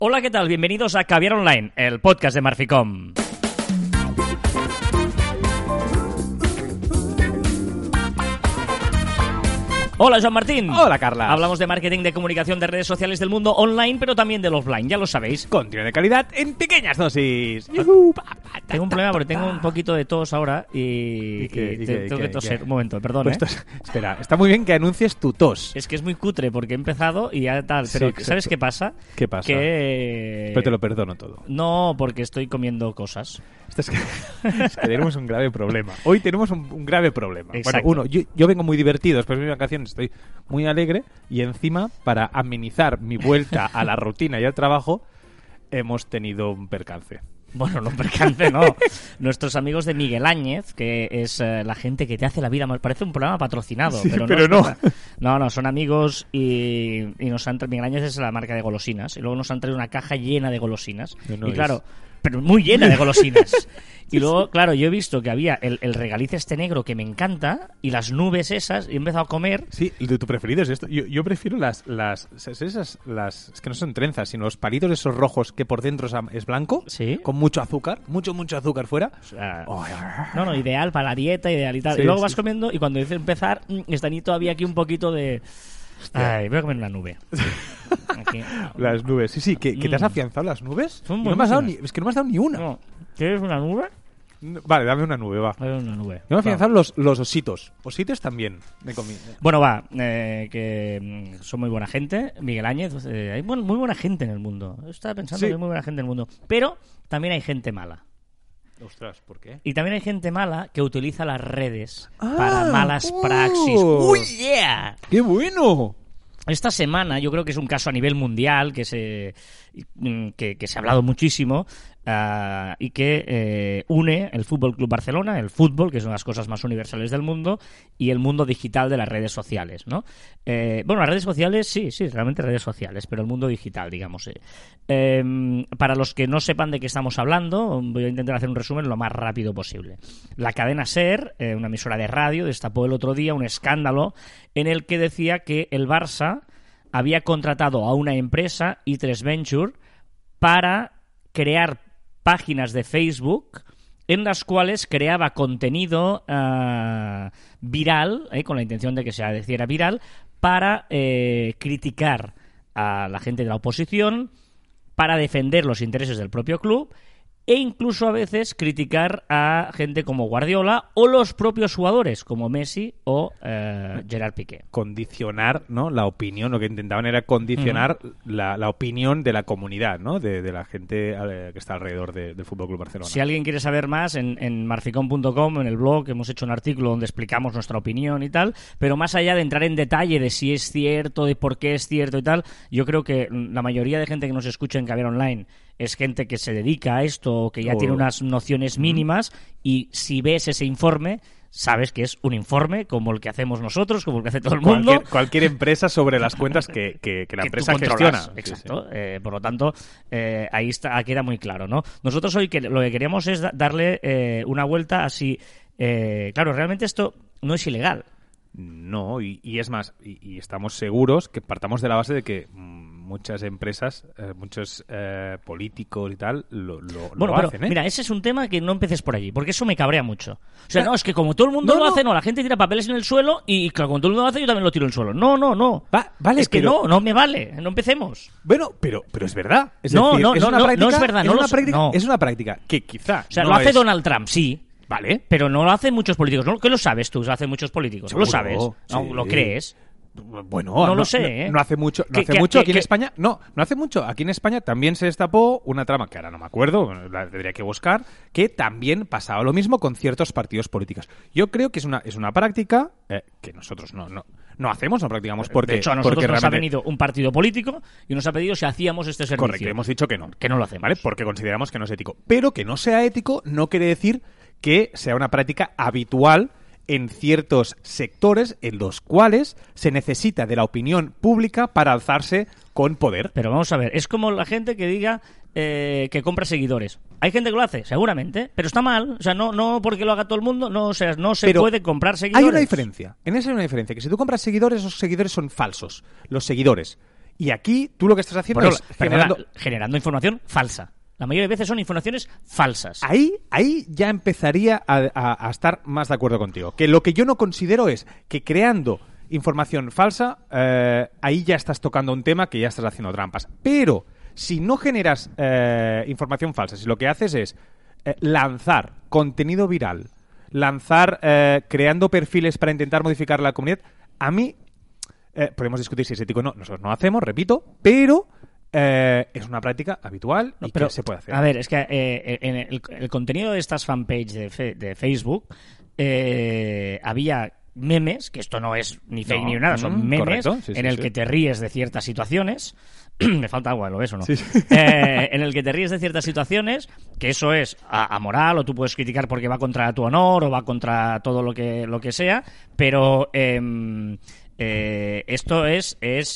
Hola, ¿qué tal? Bienvenidos a Caviar Online, el podcast de Marficom. Hola, Joan Martín. Hola, Carla. Hablamos de marketing, de comunicación, de redes sociales del mundo online, pero también del offline, ya lo sabéis. Contenido de calidad en pequeñas dosis. Tengo un problema porque tengo un poquito de tos ahora y tengo que toser. Un momento, perdón, pues espera, está muy bien que anuncies tu tos. Es que es muy cutre porque he empezado y ya tal, pero Sí, ¿sabes qué pasa? ¿Qué pasa? Pero te lo perdono todo. No, porque estoy comiendo cosas. Es que tenemos un grave problema. Hoy tenemos un grave problema. Exacto. Bueno, yo vengo muy divertido después de mis vacaciones, estoy muy alegre y encima, para amenizar mi vuelta a la rutina y al trabajo, hemos tenido un percance. Bueno, no percance, no. Nuestros amigos de Miguel Áñez, que es la gente que te hace la vida más. Parece un programa patrocinado, Sí, pero no. No, son amigos y nos han traído. Miguel Áñez es la marca de golosinas y luego nos han traído una caja llena de golosinas. No, y claro, pero muy llena de golosinas. Y luego, claro, yo he visto que había el regaliz este negro que me encanta y las nubes esas y he empezado a comer. Sí, tu preferido es esto. Yo prefiero las es que no son trenzas, sino los palitos esos rojos que por dentro es blanco, ¿Sí? con mucho azúcar, mucho azúcar fuera. O sea, no, ideal para la dieta, ideal y tal. Sí, y luego sí. vas comiendo y cuando dices empezar, está ni todavía aquí un poquito de... Ay, voy a comer una nube. Aquí. Las nubes. Sí, que te has afianzado las nubes. Son Y no me has dado buenísimas. es que no me has dado ni una. No. ¿Quieres una nube? Vale, dame una nube, va. Dame una nube. Yo me he afianzado los ositos. Ositos también me comí. Bueno, va, que son muy buena gente. Miguel Áñez, hay muy buena gente en el mundo. Estaba pensando Sí. que hay muy buena gente en el mundo. Pero también hay gente mala. Ostras, ¿por qué? Y también hay gente mala que utiliza las redes para malas praxis. ¡Uy, yeah! ¡Qué bueno! Esta semana yo creo que es un caso a nivel mundial que se ha hablado muchísimo y que une el Fútbol Club Barcelona, el fútbol, que es una de las cosas más universales del mundo, y el mundo digital de las redes sociales, ¿no? Bueno, las redes sociales, sí, realmente redes sociales, pero el mundo digital, digamos. Para los que no sepan de qué estamos hablando, voy a intentar hacer un resumen lo más rápido posible. La cadena SER, una emisora de radio, destapó el otro día un escándalo en el que decía que el Barça había contratado a una empresa, i3 Venture, para crear páginas de Facebook en las cuales creaba contenido viral, con la intención de que se hiciera viral, para criticar a la gente de la oposición, para defender los intereses del propio club e incluso a veces criticar a gente como Guardiola o los propios jugadores como Messi o Gerard Piqué. Condicionar, ¿no? La opinión, lo que intentaban era condicionar la opinión de la comunidad, ¿no? De la gente que está alrededor del FC Barcelona. Si alguien quiere saber más, en marficom.com, en el blog, hemos hecho un artículo donde explicamos nuestra opinión y tal, pero más allá de entrar en detalle de si es cierto, de por qué es cierto y tal, yo creo que la mayoría de gente que nos escucha en Caviar Online es gente que se dedica a esto, que ya tiene unas nociones mínimas, y si ves ese informe, sabes que es un informe como el que hacemos nosotros, como el que hace todo el mundo. Cualquier empresa sobre las cuentas que la empresa gestiona. Exacto. Sí, sí. Por lo tanto, ahí queda muy claro, ¿no? Nosotros hoy lo que queríamos es darle una vuelta así. Claro, realmente esto no es ilegal. No, y es más, y estamos seguros que partamos de la base de que muchas empresas, muchos políticos y tal lo hacen, ¿eh? Mira, ese es un tema que no empeces por allí, porque eso me cabrea mucho. O sea, no, es que como todo el mundo lo hace, la gente tira papeles en el suelo y claro, como todo el mundo lo hace, yo también lo tiro en el suelo. No. Vale, es que no me vale, no empecemos. Bueno, pero es verdad. Es No, decir, no es verdad. Es una práctica que quizá... O sea, lo hace Donald Trump, sí. Vale. Pero no lo hacen muchos políticos. ¿No? ¿Qué lo sabes tú? Lo hacen muchos políticos. Seguro, ¿Lo sabes? sí. ¿No lo crees? Bueno, no lo sé, ¿eh? No hace mucho, aquí en España. No hace mucho. Aquí en España también se destapó una trama que ahora no me acuerdo, la tendría que buscar, que también pasaba lo mismo con ciertos partidos políticos. Yo creo que es una práctica que nosotros no hacemos, no practicamos porque... De hecho, a nosotros porque nos realmente... ha venido un partido político y nos ha pedido si hacíamos este servicio. Correcto, hemos dicho que no. Que no lo hacemos. ¿Vale? Porque consideramos que no es ético. Pero que no sea ético no quiere decir que sea una práctica habitual en ciertos sectores en los cuales se necesita de la opinión pública para alzarse con poder. Pero vamos a ver, es como la gente que diga que compra seguidores. Hay gente que lo hace, seguramente, pero está mal. O sea, no porque lo haga todo el mundo, no se puede comprar seguidores. Hay una diferencia. En eso hay una diferencia, que si tú compras seguidores, esos seguidores son falsos. Los seguidores. Y aquí tú lo que estás haciendo Bueno, es generando información falsa. La mayoría de veces son informaciones falsas. Ahí ya empezaría a estar más de acuerdo contigo. Que lo que yo no considero es que creando información falsa, ahí ya estás tocando un tema que ya estás haciendo trampas. Pero si no generas información falsa, si lo que haces es lanzar contenido viral, creando perfiles para intentar modificar la comunidad, a mí podemos discutir si es ético o no. Nosotros no hacemos, repito, pero es una práctica habitual y que se puede hacer. A ver, es que en el contenido de estas fanpages de Facebook había memes, que esto no es ni fake ni nada, son memes en el que te ríes de ciertas situaciones. Me falta agua, ¿lo ves o no? Sí. En el que te ríes de ciertas situaciones, que eso es amoral, o tú puedes criticar porque va contra tu honor o va contra todo lo que sea, pero esto es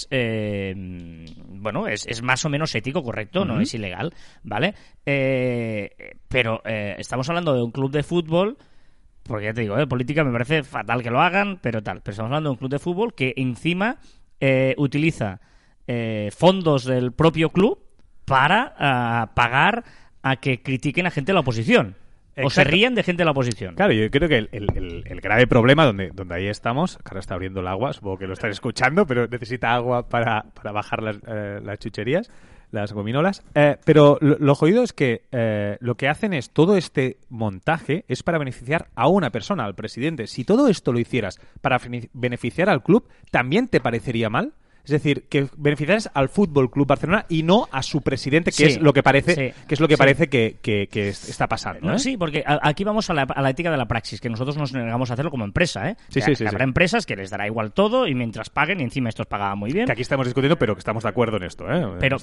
más o menos ético, correcto, no es ilegal, ¿vale? Pero estamos hablando de un club de fútbol, porque ya te digo, política me parece fatal que lo hagan, pero estamos hablando de un club de fútbol que encima utiliza fondos del propio club para pagar a que critiquen a gente de la oposición. Exacto. O se ríen de gente de la oposición. Claro, yo creo que el grave problema donde ahí estamos, que ahora está abriendo el agua, supongo que lo están escuchando, pero necesita agua para bajar las chucherías, las gominolas. Pero lo jodido es que lo que hacen es, todo este montaje es para beneficiar a una persona, al presidente. Si todo esto lo hicieras para beneficiar al club, ¿también te parecería mal? Es decir, que beneficiaras al Fútbol Club Barcelona y no a su presidente, que es lo que parece que está pasando. No, sí, porque aquí vamos a la ética de la praxis, que nosotros nos negamos a hacerlo como empresa, ¿eh? Sí. Habrá empresas que les dará igual todo y mientras paguen, y encima estos pagaban muy bien. Que aquí estamos discutiendo, pero que estamos de acuerdo en esto, ¿eh?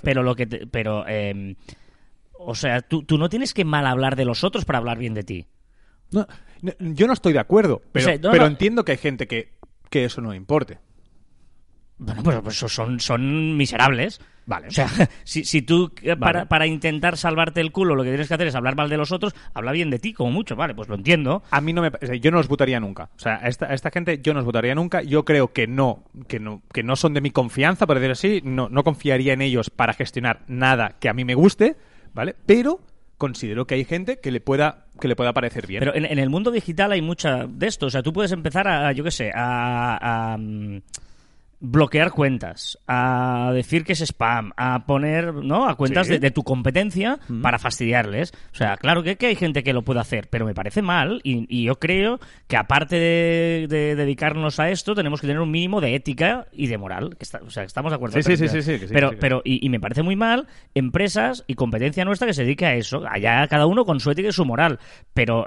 O sea, tú no tienes que mal hablar de los otros para hablar bien de ti. No, yo no estoy de acuerdo, pero entiendo que hay gente que eso no importe. Bueno, pues son miserables. Vale. O sea, si tú para intentar salvarte el culo lo que tienes que hacer es hablar mal de los otros, habla bien de ti, como mucho, vale, pues lo entiendo. A mí yo no los votaría nunca. O sea, a esta gente yo no los votaría nunca. Yo creo que no son de mi confianza, por decirlo así. No confiaría en ellos para gestionar nada que a mí me guste, ¿vale? Pero considero que hay gente que le pueda parecer bien. Pero en el mundo digital hay mucha de esto. O sea, tú puedes empezar a bloquear cuentas, a decir que es spam, a poner, ¿no?, a cuentas de tu competencia para fastidiarles. O sea, claro que hay gente que lo puede hacer, pero me parece mal y yo creo que aparte de dedicarnos a esto, tenemos que tener un mínimo de ética y de moral. O sea, estamos de acuerdo. Pero me parece muy mal empresas y competencia nuestra que se dedique a eso. Allá cada uno con su ética y su moral. Pero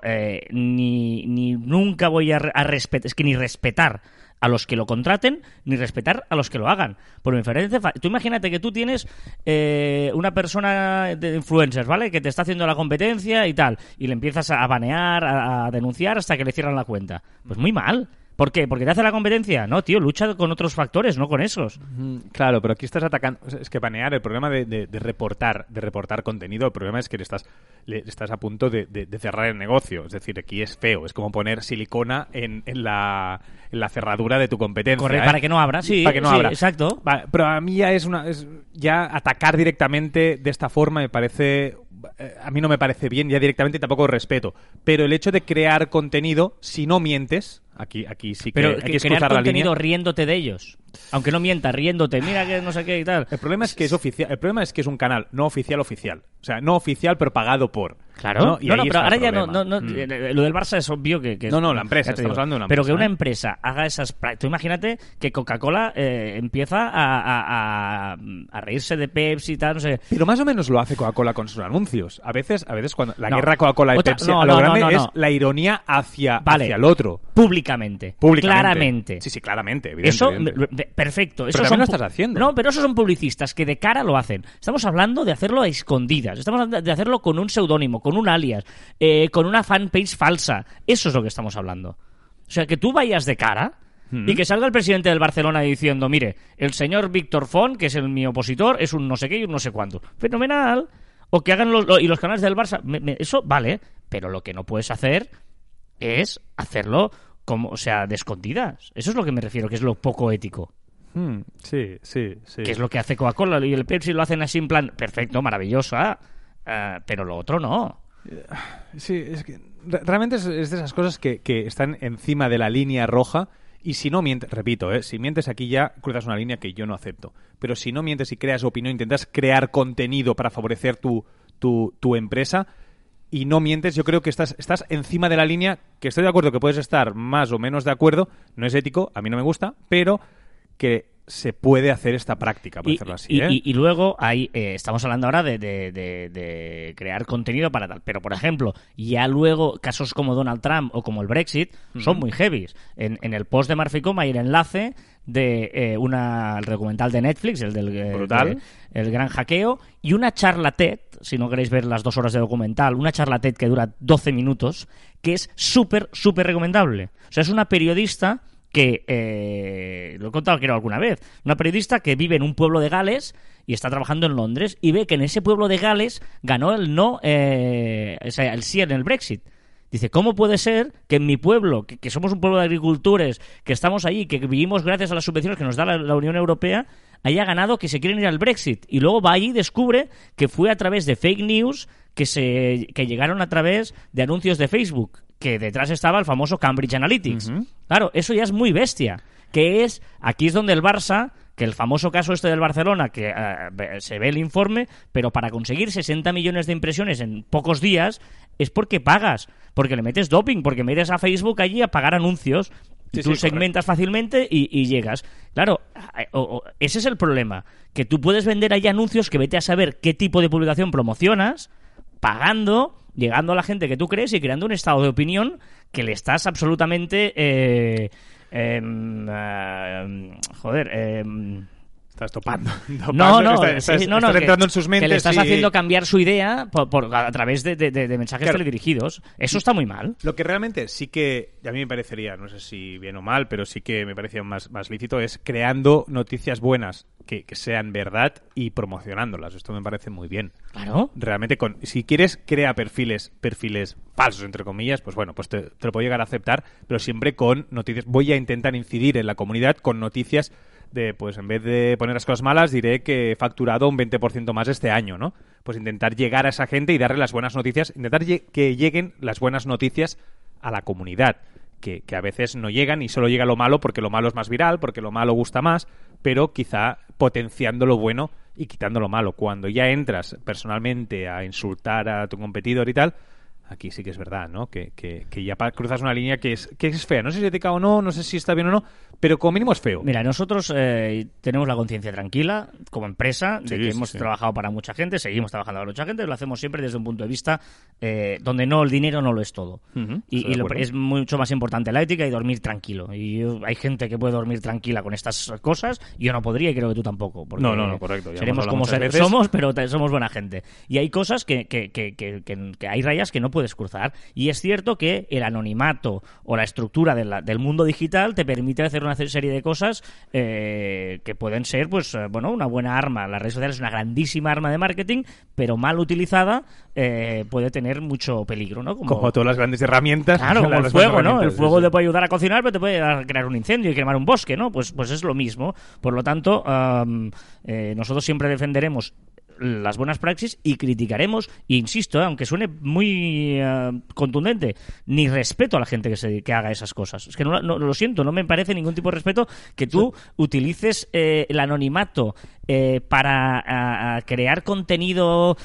ni nunca voy a respetar, es que ni respetar a los que lo contraten, ni respetar a los que lo hagan. Por mi diferencia, tú imagínate que tú tienes una persona de influencers, ¿vale?, que te está haciendo la competencia y tal, y le empiezas a banear, a denunciar hasta que le cierran la cuenta. Pues muy mal. ¿Por qué? ¿Porque te hace la competencia? No, tío, lucha con otros factores, no con esos. Claro, pero aquí estás atacando... Es que banear, el problema de reportar contenido, el problema es que le estás a punto de cerrar el negocio. Es decir, aquí es feo. Es como poner silicona en la cerradura de tu competencia. Correcto, para que no abra, sí. Para que no abra. Exacto. Vale, pero a mí ya atacar directamente de esta forma me parece... A mí no me parece bien, ya directamente tampoco respeto. Pero el hecho de crear contenido, si no mientes... Aquí sí que pero hay que crear cruzar la contenido línea. Riéndote de ellos. Aunque no mientas, riéndote. Mira que no sé qué y tal. El problema es que es oficial. El problema es que es un canal no oficial. O sea, no oficial, pero pagado por. Claro. ¿no? Pero ahora ya no. Lo del Barça es obvio que es, la empresa. Estamos hablando de una empresa. Pero que una empresa haga esas prácticas. Tú imagínate que Coca-Cola empieza a reírse de Pepsi y tal, no sé. Pero más o menos lo hace Coca-Cola con sus anuncios. A veces cuando la guerra Coca-Cola y Pepsi a lo grande es la ironía hacia el otro. Públicamente. Claramente. Sí, claramente, evidentemente. Eso, perfecto. Pero también lo estás haciendo. No, pero esos son publicistas que de cara lo hacen. Estamos hablando de hacerlo a escondidas. Estamos hablando de hacerlo con un seudónimo, con un alias, con una fanpage falsa. Eso es lo que estamos hablando. O sea, que tú vayas de cara y que salga el presidente del Barcelona diciendo, mire, el señor Víctor Font, que es mi opositor, es un no sé qué y un no sé cuánto. Fenomenal. O que hagan y los canales del Barça. Eso vale, pero lo que no puedes hacer es hacerlo de escondidas. Eso es lo que me refiero, que es lo poco ético. Sí. Que es lo que hace Coca-Cola y el Pepsi lo hacen así en plan, perfecto, maravilloso, pero lo otro no. Sí, es que realmente es de esas cosas que están encima de la línea roja. Y si no mientes, repito, si mientes aquí ya cruzas una línea que yo no acepto. Pero si no mientes y creas opinión, intentas crear contenido para favorecer tu empresa y no mientes, yo creo que estás encima de la línea, que estoy de acuerdo que puedes estar más o menos de acuerdo, no es ético, a mí no me gusta, pero que se puede hacer esta práctica, por decirlo así. Y luego ahí estamos hablando ahora de crear contenido para tal. Pero, por ejemplo, ya luego casos como Donald Trump o como el Brexit son muy heavies. En el post de Murphy Coma hay el enlace de el documental de Netflix, el gran hackeo, y una charla TED, si no queréis ver las 2 horas de documental, una charla TED que dura 12 minutos, que es súper, súper recomendable. O sea, es una periodista que, lo he contado creo alguna vez, una periodista que vive en un pueblo de Gales y está trabajando en Londres y ve que en ese pueblo de Gales ganó el no, el sí en el Brexit. Dice, ¿cómo puede ser que en mi pueblo, que somos un pueblo de agricultores, que estamos ahí, que vivimos gracias a las subvenciones que nos da la Unión Europea, haya ganado que se quieren ir al Brexit? Y luego va allí y descubre que fue a través de fake news que llegaron a través de anuncios de Facebook, que detrás estaba el famoso Cambridge Analytics. Claro, eso ya es muy bestia. Aquí es donde el Barça, que el famoso caso este del Barcelona, que se ve el informe, pero para conseguir 60 millones de impresiones en pocos días es porque pagas, porque le metes doping, porque metes a Facebook allí a pagar anuncios. Sí, tú segmentas fácilmente y llegas. Claro, ese es el problema, que tú puedes vender ahí anuncios que vete a saber qué tipo de publicación promocionas, pagando, llegando a la gente que tú crees y creando un estado de opinión que le estás absolutamente... Estás topando. Estás entrando en sus mentes. Que le estás haciendo cambiar su idea a través de mensajes teledirigidos. Eso está muy mal. Lo que realmente sí que a mí me parecería, no sé si bien o mal, pero sí que me parecía más lícito, es creando noticias buenas que sean verdad y promocionándolas. Esto me parece muy bien. Claro. Realmente, si quieres, crea perfiles falsos, entre comillas, pues bueno, pues te lo puedo llegar a aceptar, pero siempre con noticias. Voy a intentar incidir en la comunidad con noticias pues en vez de poner las cosas malas, diré que he facturado un 20% más este año, ¿no? Pues intentar llegar a esa gente y darle las buenas noticias, intentar que lleguen las buenas noticias a la comunidad, que a veces no llegan y solo llega lo malo porque lo malo es más viral, porque lo malo gusta más, pero quizá potenciando lo bueno y quitando lo malo. Cuando ya entras personalmente a insultar a tu competidor y tal, aquí sí que es verdad, ¿no? Que ya cruzas una línea que es fea. No sé si es ética o no sé si está bien o no, pero como mínimo es feo. Mira, nosotros tenemos la conciencia tranquila como empresa de que hemos trabajado para mucha gente, seguimos trabajando para mucha gente, lo hacemos siempre desde un punto de vista donde el dinero no lo es todo. Y es mucho más importante la ética y dormir tranquilo. Hay gente que puede dormir tranquila con estas cosas, yo no podría y creo que tú tampoco. No, correcto. Ya seremos como somos, pero somos buena gente. Y hay cosas que hay rayas que no puedes cruzar. Y es cierto que el anonimato o la estructura del mundo digital te permite hacer una serie de cosas que pueden ser, pues, una buena arma. Las redes sociales es una grandísima arma de marketing, pero mal utilizada puede tener mucho peligro, ¿no? Como todas las grandes herramientas. Claro, como el fuego, ¿no? El fuego te puede ayudar a cocinar, pero te puede ayudar a crear un incendio y quemar un bosque, ¿no? Pues es lo mismo. Por lo tanto, nosotros siempre defenderemos las buenas praxis y criticaremos, e insisto, aunque suene muy contundente, ni respeto a la gente que haga esas cosas. Es que no lo siento, no me parece ningún tipo de respeto que tú utilices el anonimato para crear contenido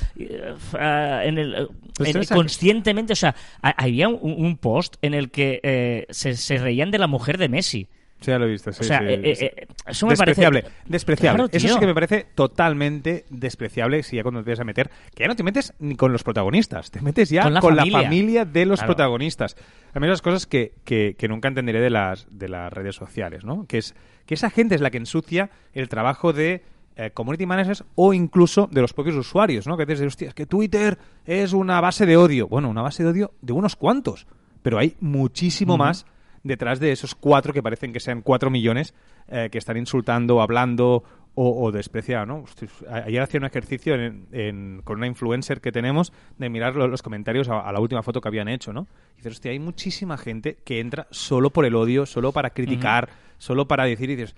conscientemente. O sea, había un post en el que se reían de la mujer de Messi. Sí, ya lo he visto. Sí, o sea, eso me despreciable. parece... Despreciable. Claro, eso sí que me parece totalmente despreciable si ya cuando te vas a meter... Que ya no te metes ni con los protagonistas, te metes ya con la familia de los protagonistas. A mí las cosas que nunca entenderé de las redes sociales, ¿no? Que esa gente es la que ensucia el trabajo de community managers o incluso de los propios usuarios, ¿no? Que dices, hostia, es que Twitter es una base de odio. Bueno, una base de odio de unos cuantos, pero hay muchísimo más detrás de esos 4 que parecen que sean 4 millones que están insultando, hablando o despreciando, ¿no? Ayer hacía un ejercicio con una influencer que tenemos de mirar los comentarios a la última foto que habían hecho, ¿no? Y dices, hostia, hay muchísima gente que entra solo por el odio, solo para criticar, solo para decir, y dices,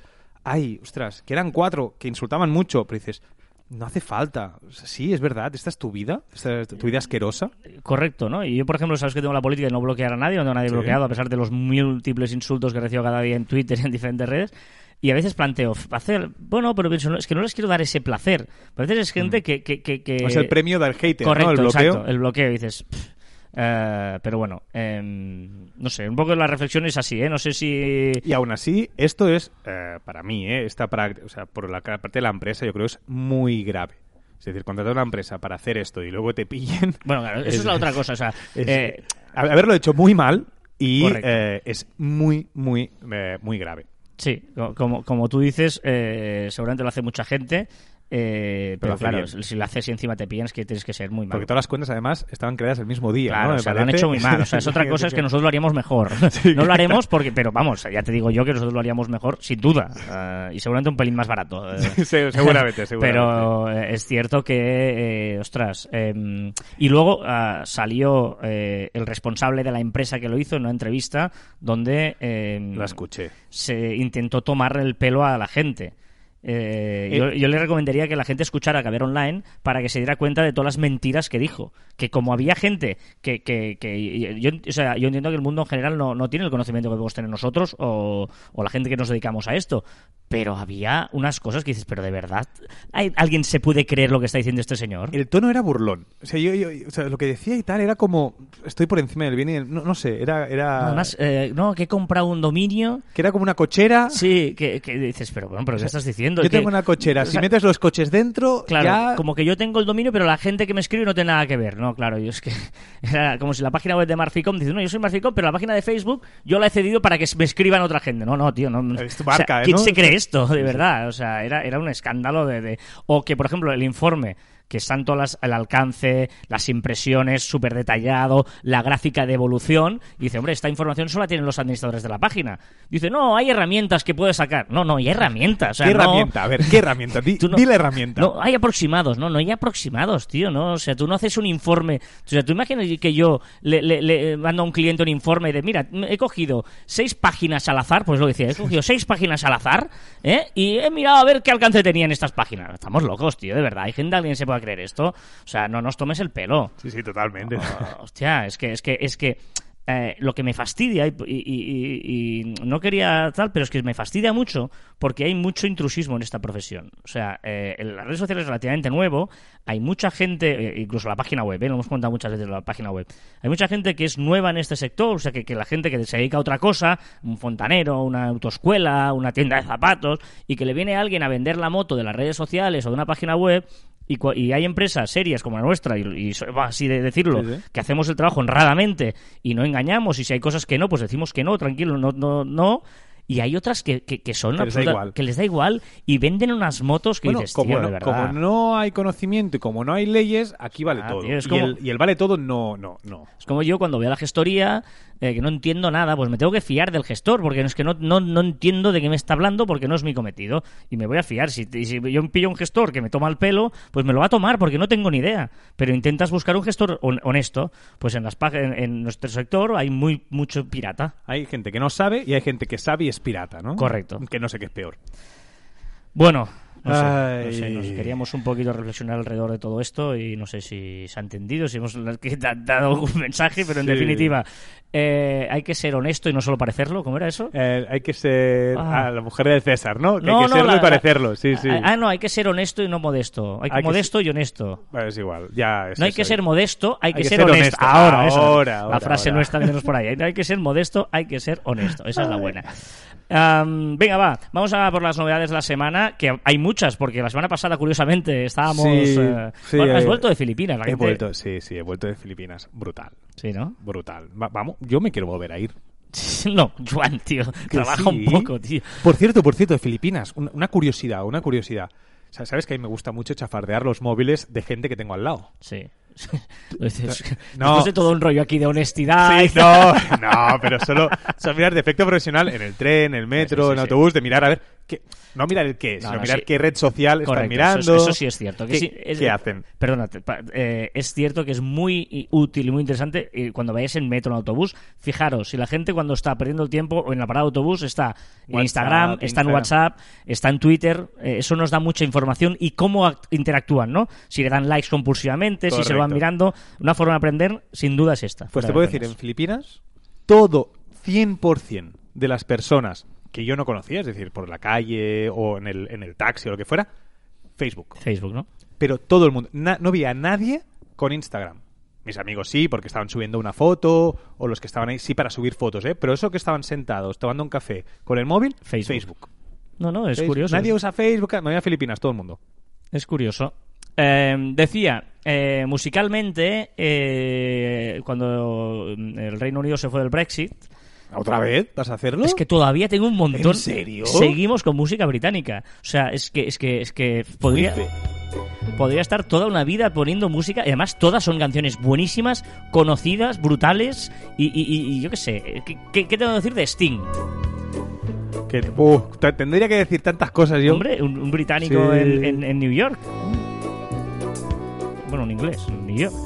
ay, ostras, que eran 4, que insultaban mucho, pero dices, no hace falta. O sea, sí, es verdad, esta es tu vida, esta es tu vida asquerosa. Correcto, ¿no? Y yo, por ejemplo, sabes que tengo la política de no bloquear a nadie, no tengo a nadie bloqueado, a pesar de los múltiples insultos que recibo cada día en Twitter y en diferentes redes. Y a veces planteo, bueno, pero pienso, es que no les quiero dar ese placer. A veces es gente que... Es el premio del hater, correcto, ¿no? El bloqueo. Exacto, el bloqueo. Y dices... pero bueno, no sé, un poco la reflexión es así, no sé si... Y aún así, esto es, para mí, o sea, por la parte de la empresa, yo creo que es muy grave. Es decir, contratar a una empresa para hacer esto y luego te pillen... Bueno, claro, eso es la otra cosa, o sea... haberlo hecho muy mal y es muy, muy, muy grave. Sí, como tú dices, seguramente lo hace mucha gente... pero claro, si lo haces y encima te pillan es que tienes que ser muy malo. Porque todas las cuentas además estaban creadas el mismo día, claro, ¿no? O sea, lo han hecho muy mal. O sea, es otra cosa es que nosotros lo haríamos mejor. Sí, no lo haremos porque, pero vamos, ya te digo yo que nosotros lo haríamos mejor, sin duda. Y seguramente un pelín más barato. Sí, seguramente. Pero es cierto que, ostras. Y luego salió el responsable de la empresa que lo hizo en una entrevista donde la escuché. Se intentó tomar el pelo a la gente. Yo le recomendaría que la gente escuchara Caber Online para que se diera cuenta de todas las mentiras que dijo. Que como había gente yo entiendo que el mundo en general no tiene el conocimiento que podemos tener nosotros o la gente que nos dedicamos a esto, pero había unas cosas que dices, pero de verdad ¿alguien se puede creer lo que está diciendo este señor? El tono era burlón. O sea, o sea, lo que decía y tal era como, estoy por encima del bien y no sé, era... Además, que he comprado un dominio... Que era como una cochera... Sí, que dices, pero bueno, ¿pero qué estás diciendo? Yo tengo una cochera, si metes los coches dentro, claro, ya... como que yo tengo el dominio, pero la gente que me escribe no tiene nada que ver. No, claro, yo es que era como si la página web de Marficom dice, no, yo soy Marficom, pero la página de Facebook yo la he cedido para que me escriban otra gente. No, tío, no. Es tu marca, o sea, ¿quién ¿no? se cree esto, de verdad? O sea, era un escándalo O que, por ejemplo, el informe... que están todas el alcance, las impresiones, súper detallado, la gráfica de evolución. Y dice, hombre, esta información solo la tienen los administradores de la página. Dice, no, hay herramientas que puedes sacar. No, hay herramientas. O sea, ¿qué herramienta? A ver, ¿qué herramienta? Di la herramienta. No, hay aproximados. No hay aproximados, tío. No, o sea, tú no haces un informe. O sea, tú imaginas que yo le mando a un cliente un informe de, mira, he cogido 6 páginas al azar, pues lo decía, he cogido 6 páginas al azar, y he mirado a ver qué alcance tenían estas páginas. Estamos locos, tío, de verdad. Hay gente, alguien se puede creer esto. O sea, no nos tomes el pelo. Sí, totalmente. Hostia, es que lo que me fastidia y no quería tal, pero es que me fastidia mucho porque hay mucho intrusismo en esta profesión. O sea, en las redes sociales es relativamente nuevo, hay mucha gente, incluso la página web, lo hemos contado muchas veces, la página web, hay mucha gente que es nueva en este sector, o sea, que la gente que se dedica a otra cosa, un fontanero, una autoescuela, una tienda de zapatos, y que le viene alguien a vender la moto de las redes sociales o de una página web. Y hay empresas serias como la nuestra, y así de decirlo, sí, que hacemos el trabajo honradamente y no engañamos, y si hay cosas que no, pues decimos que no, tranquilo, no. Y hay otras que son que les da igual y venden unas motos que dices, tío, de verdad. Como no hay conocimiento y como no hay leyes, aquí vale todo. Tío, y el vale todo, no. Es como yo cuando voy a la gestoría, que no entiendo nada, pues me tengo que fiar del gestor, porque es que no entiendo de qué me está hablando, porque no es mi cometido. Y me voy a fiar. Si yo pillo un gestor que me toma el pelo, pues me lo va a tomar, porque no tengo ni idea. Pero intentas buscar un gestor honesto. Pues en nuestro sector hay mucho pirata. Hay gente que no sabe y hay gente que sabe y es pirata, ¿no? Correcto. Que no sé qué es peor. Bueno, no sé, nos queríamos un poquito reflexionar alrededor de todo esto y no sé si se ha entendido, si hemos dado un mensaje, pero en definitiva hay que ser honesto y no solo parecerlo. ¿Cómo era eso? Hay que ser la mujer de César, ¿no? Que hay que serlo y parecerlo, sí. No, hay que ser honesto y no modesto. Hay que modesto y honesto. Bueno, es igual, ya. No hay que ser modesto, hay que ser honesto. Ahora, la frase nuestra de menos por ahí. No hay que ser modesto, hay que ser honesto. Esa es la buena. Venga, vamos a por las novedades de la semana, que hay muchas, porque la semana pasada, curiosamente, estábamos... has vuelto de Filipinas. He vuelto de Filipinas. Brutal. Sí, ¿no? Brutal. Vamos, yo me quiero volver a ir. No, Joan, tío, trabaja un poco, tío. Por cierto, de Filipinas, una curiosidad. O sea, ¿sabes que a mí me gusta mucho chafardear los móviles de gente que tengo al lado? Sí. Después de todo un rollo aquí de honestidad. Sí, no, pero solo mirar de efecto profesional en el tren, en el metro, en el autobús, de mirar a ver no mirar el qué, sino mirar sí. qué red social están mirando. Eso sí es cierto. ¿Qué hacen? Perdona, es cierto que es muy útil y muy interesante cuando vayáis en metro o en autobús. Fijaros, si la gente cuando está perdiendo el tiempo o en la parada de autobús está en Instagram, está en WhatsApp, está en Twitter, eso nos da mucha información y cómo interactúan, ¿no? Si le dan likes compulsivamente, si se lo van mirando. Una forma de aprender, sin duda, es esta. Pues te puedo decir, en Filipinas, todo 100% de las personas que yo no conocía, es decir, por la calle o en el taxi o lo que fuera, Facebook. Facebook, ¿no? Pero todo el mundo. No había a nadie con Instagram. Mis amigos sí, porque estaban subiendo una foto, o los que estaban ahí sí para subir fotos, ¿eh? Pero eso que estaban sentados tomando un café con el móvil, Facebook. No, es Facebook. curioso. Nadie usa Facebook, me voy a Filipinas, todo el mundo. Es curioso. Decía, musicalmente, cuando el Reino Unido se fue del Brexit... ¿Otra vez? ¿Vas a hacerlo? Es que todavía tengo un montón. ¿En serio? Seguimos con música británica. O sea, es que podría estar toda una vida poniendo música. Y además todas son canciones buenísimas, conocidas, brutales. Y yo qué sé. ¿Qué tengo que decir de Sting? Tendría que decir tantas cosas yo. Hombre, un británico en New York. Bueno, un inglés, en New York.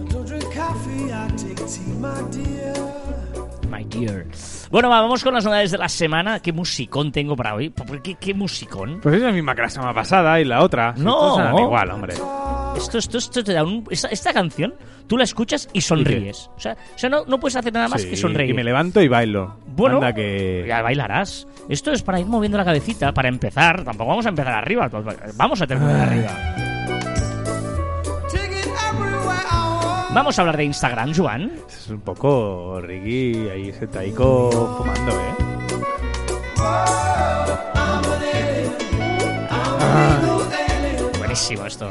My dear. Bueno, vamos con las novedades de la semana. ¿Qué musicón tengo para hoy? ¿Qué musicón? Pues es la misma que la semana pasada y la otra. No. Estos igual, hombre. Esto te da esta canción, tú la escuchas y sonríes. O sea no puedes hacer nada más que sonreír. Y me levanto y bailo. Bueno, anda que... ya bailarás. Esto es para ir moviendo la cabecita, para empezar. Tampoco vamos a empezar arriba, vamos a terminar arriba. Vamos a hablar de Instagram, Joan. Es un poco Ricky ahí sentadico fumando, Buenísimo esto.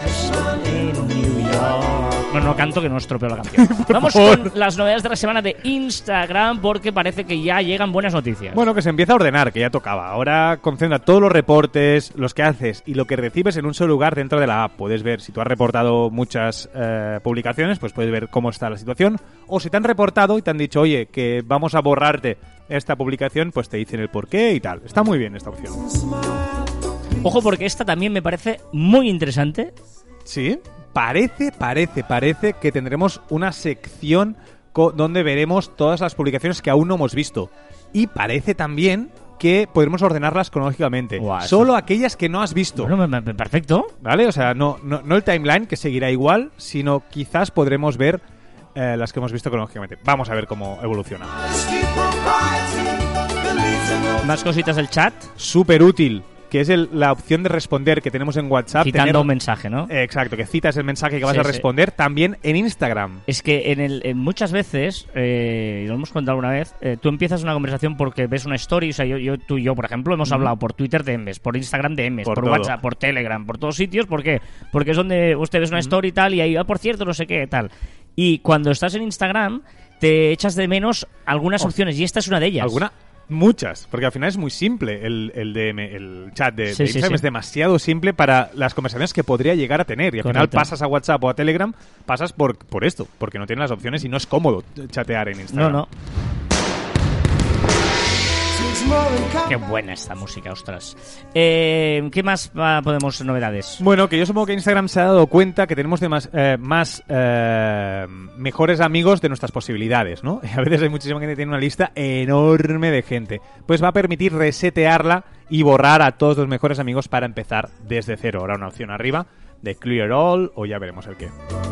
No canto que no estropeo la canción. Vamos con las novedades de la semana de Instagram, porque parece que ya llegan buenas noticias. Bueno, que se empieza a ordenar, que ya tocaba. Ahora concentra todos los reportes, los que haces y lo que recibes en un solo lugar dentro de la app. Puedes ver, si tú has reportado muchas publicaciones, pues puedes ver cómo está la situación. O si te han reportado y te han dicho, oye, que vamos a borrarte esta publicación, pues te dicen el porqué y tal. Está muy bien esta opción. Ojo, porque esta también me parece muy interesante. Sí, parece que tendremos una sección donde veremos todas las publicaciones que aún no hemos visto. Y parece también que podremos ordenarlas cronológicamente. Wow, solo aquellas que no has visto. Bueno, perfecto. ¿Vale? O sea, no el timeline, que seguirá igual, sino quizás podremos ver las que hemos visto cronológicamente. Vamos a ver cómo evoluciona. Más cositas del chat. Súper útil, que es la opción de responder que tenemos en WhatsApp. Citando un mensaje, ¿no? Exacto, que citas el mensaje que vas a responder también en Instagram. Es que muchas veces, y lo hemos contado alguna vez, tú empiezas una conversación porque ves una story. O sea, tú y yo, por ejemplo, hemos hablado por Twitter de Emes, por Instagram de Emes, por WhatsApp, por Telegram, por todos sitios. ¿Por qué? Porque es donde usted ves una story y tal, y ahí, por cierto, no sé qué, tal. Y cuando estás en Instagram, te echas de menos algunas opciones, y esta es una de ellas. Muchas, porque al final es muy simple el DM, el chat de Instagram es demasiado simple para las conversaciones que podría llegar a tener. Y al final pasas a WhatsApp o a Telegram, pasas por esto, porque no tienes las opciones y no es cómodo chatear en Instagram. No. Qué buena esta música, ostras. ¿Qué más podemos novedades? Bueno, que yo supongo que Instagram se ha dado cuenta que tenemos mejores amigos de nuestras posibilidades, ¿no? A veces hay muchísima gente que tiene una lista enorme de gente. Pues va a permitir resetearla y borrar a todos los mejores amigos para empezar desde cero. Ahora una opción arriba de Clear All, o ya veremos el qué.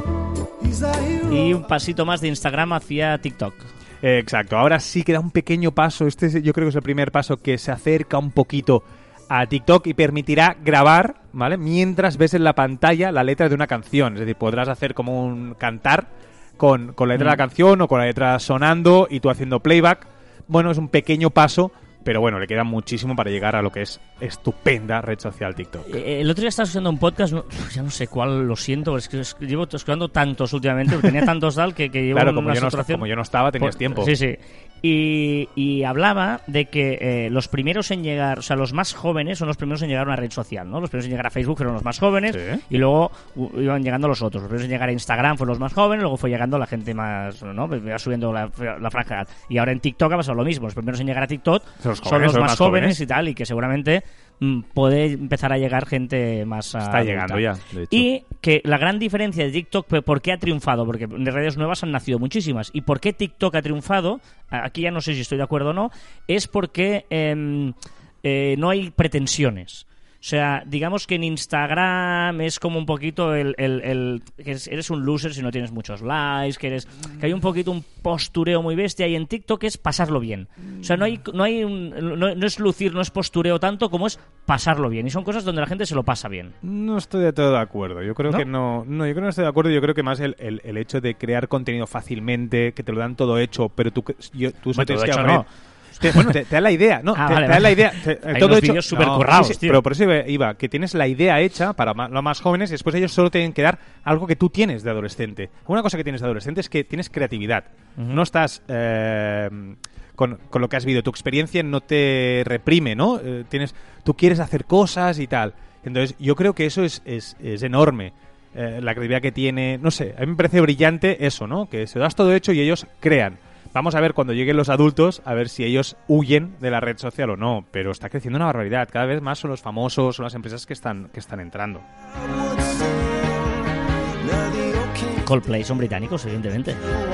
Y un pasito más de Instagram hacia TikTok. Exacto, ahora sí queda un pequeño paso. Yo creo que es el primer paso que se acerca un poquito a TikTok y permitirá grabar, ¿vale? Mientras ves en la pantalla la letra de una canción. Es decir, podrás hacer como un cantar con la letra de la canción o con la letra sonando y tú haciendo playback. Bueno, es un pequeño paso, pero bueno, le queda muchísimo para llegar a lo que es estupenda red social TikTok. El otro día estaba escuchando un podcast, ya no sé cuál, lo siento, es que llevo escuchando tantos últimamente, tenía tantos tal que llevo claro, una saturación. como yo no estaba, tenías tiempo. Sí. Y hablaba de que los primeros en llegar, o sea, los más jóvenes son los primeros en llegar a una red social, ¿no? Los primeros en llegar a Facebook fueron los más jóvenes, Sí. y luego iban llegando los otros. Los primeros en llegar a Instagram fueron los más jóvenes, luego fue llegando la gente más, ¿no? Iba subiendo la franja de edad. Y ahora en TikTok ha pasado lo mismo. Los primeros en llegar a TikTok son los más jóvenes y tal, y que seguramente puede empezar a llegar gente más Está llegando ya, de hecho. Y que la gran diferencia de TikTok, ¿por qué ha triunfado? Porque en redes nuevas han nacido muchísimas. ¿Y por qué TikTok ha triunfado? Aquí ya no sé si estoy de acuerdo o no. Es porque no hay pretensiones. O sea, digamos que en Instagram es como un poquito que eres un loser si no tienes muchos likes, que hay un poquito un postureo muy bestia, y en TikTok es pasarlo bien. O sea, no es lucir, no es postureo tanto como es pasarlo bien. Y son cosas donde la gente se lo pasa bien. No estoy de todo de acuerdo. Yo creo que no. No, yo creo que no estoy de acuerdo. Yo creo que más el hecho de crear contenido fácilmente, que te lo dan todo hecho, pero tú solo tienes que hecho, abrir. no. Te da la idea, ¿no? Te da la idea. Hay todo unos hecho. vídeos súper currados, tío. Pero por eso iba, que tienes la idea hecha para los más jóvenes y después ellos solo tienen que dar algo que tú tienes de adolescente. Una cosa que tienes de adolescente es que tienes creatividad. No estás con lo que has vivido. Tu experiencia no te reprime, ¿no? Tú quieres hacer cosas y tal. Entonces, yo creo que eso es enorme. La creatividad que tiene. No sé, a mí me parece brillante eso, ¿no? Que se lo das todo hecho y ellos crean. Vamos a ver cuando lleguen los adultos, a ver si ellos huyen de la red social o no. Pero está creciendo una barbaridad. Cada vez más son los famosos, son las empresas que están entrando. Coldplay son británicos, evidentemente.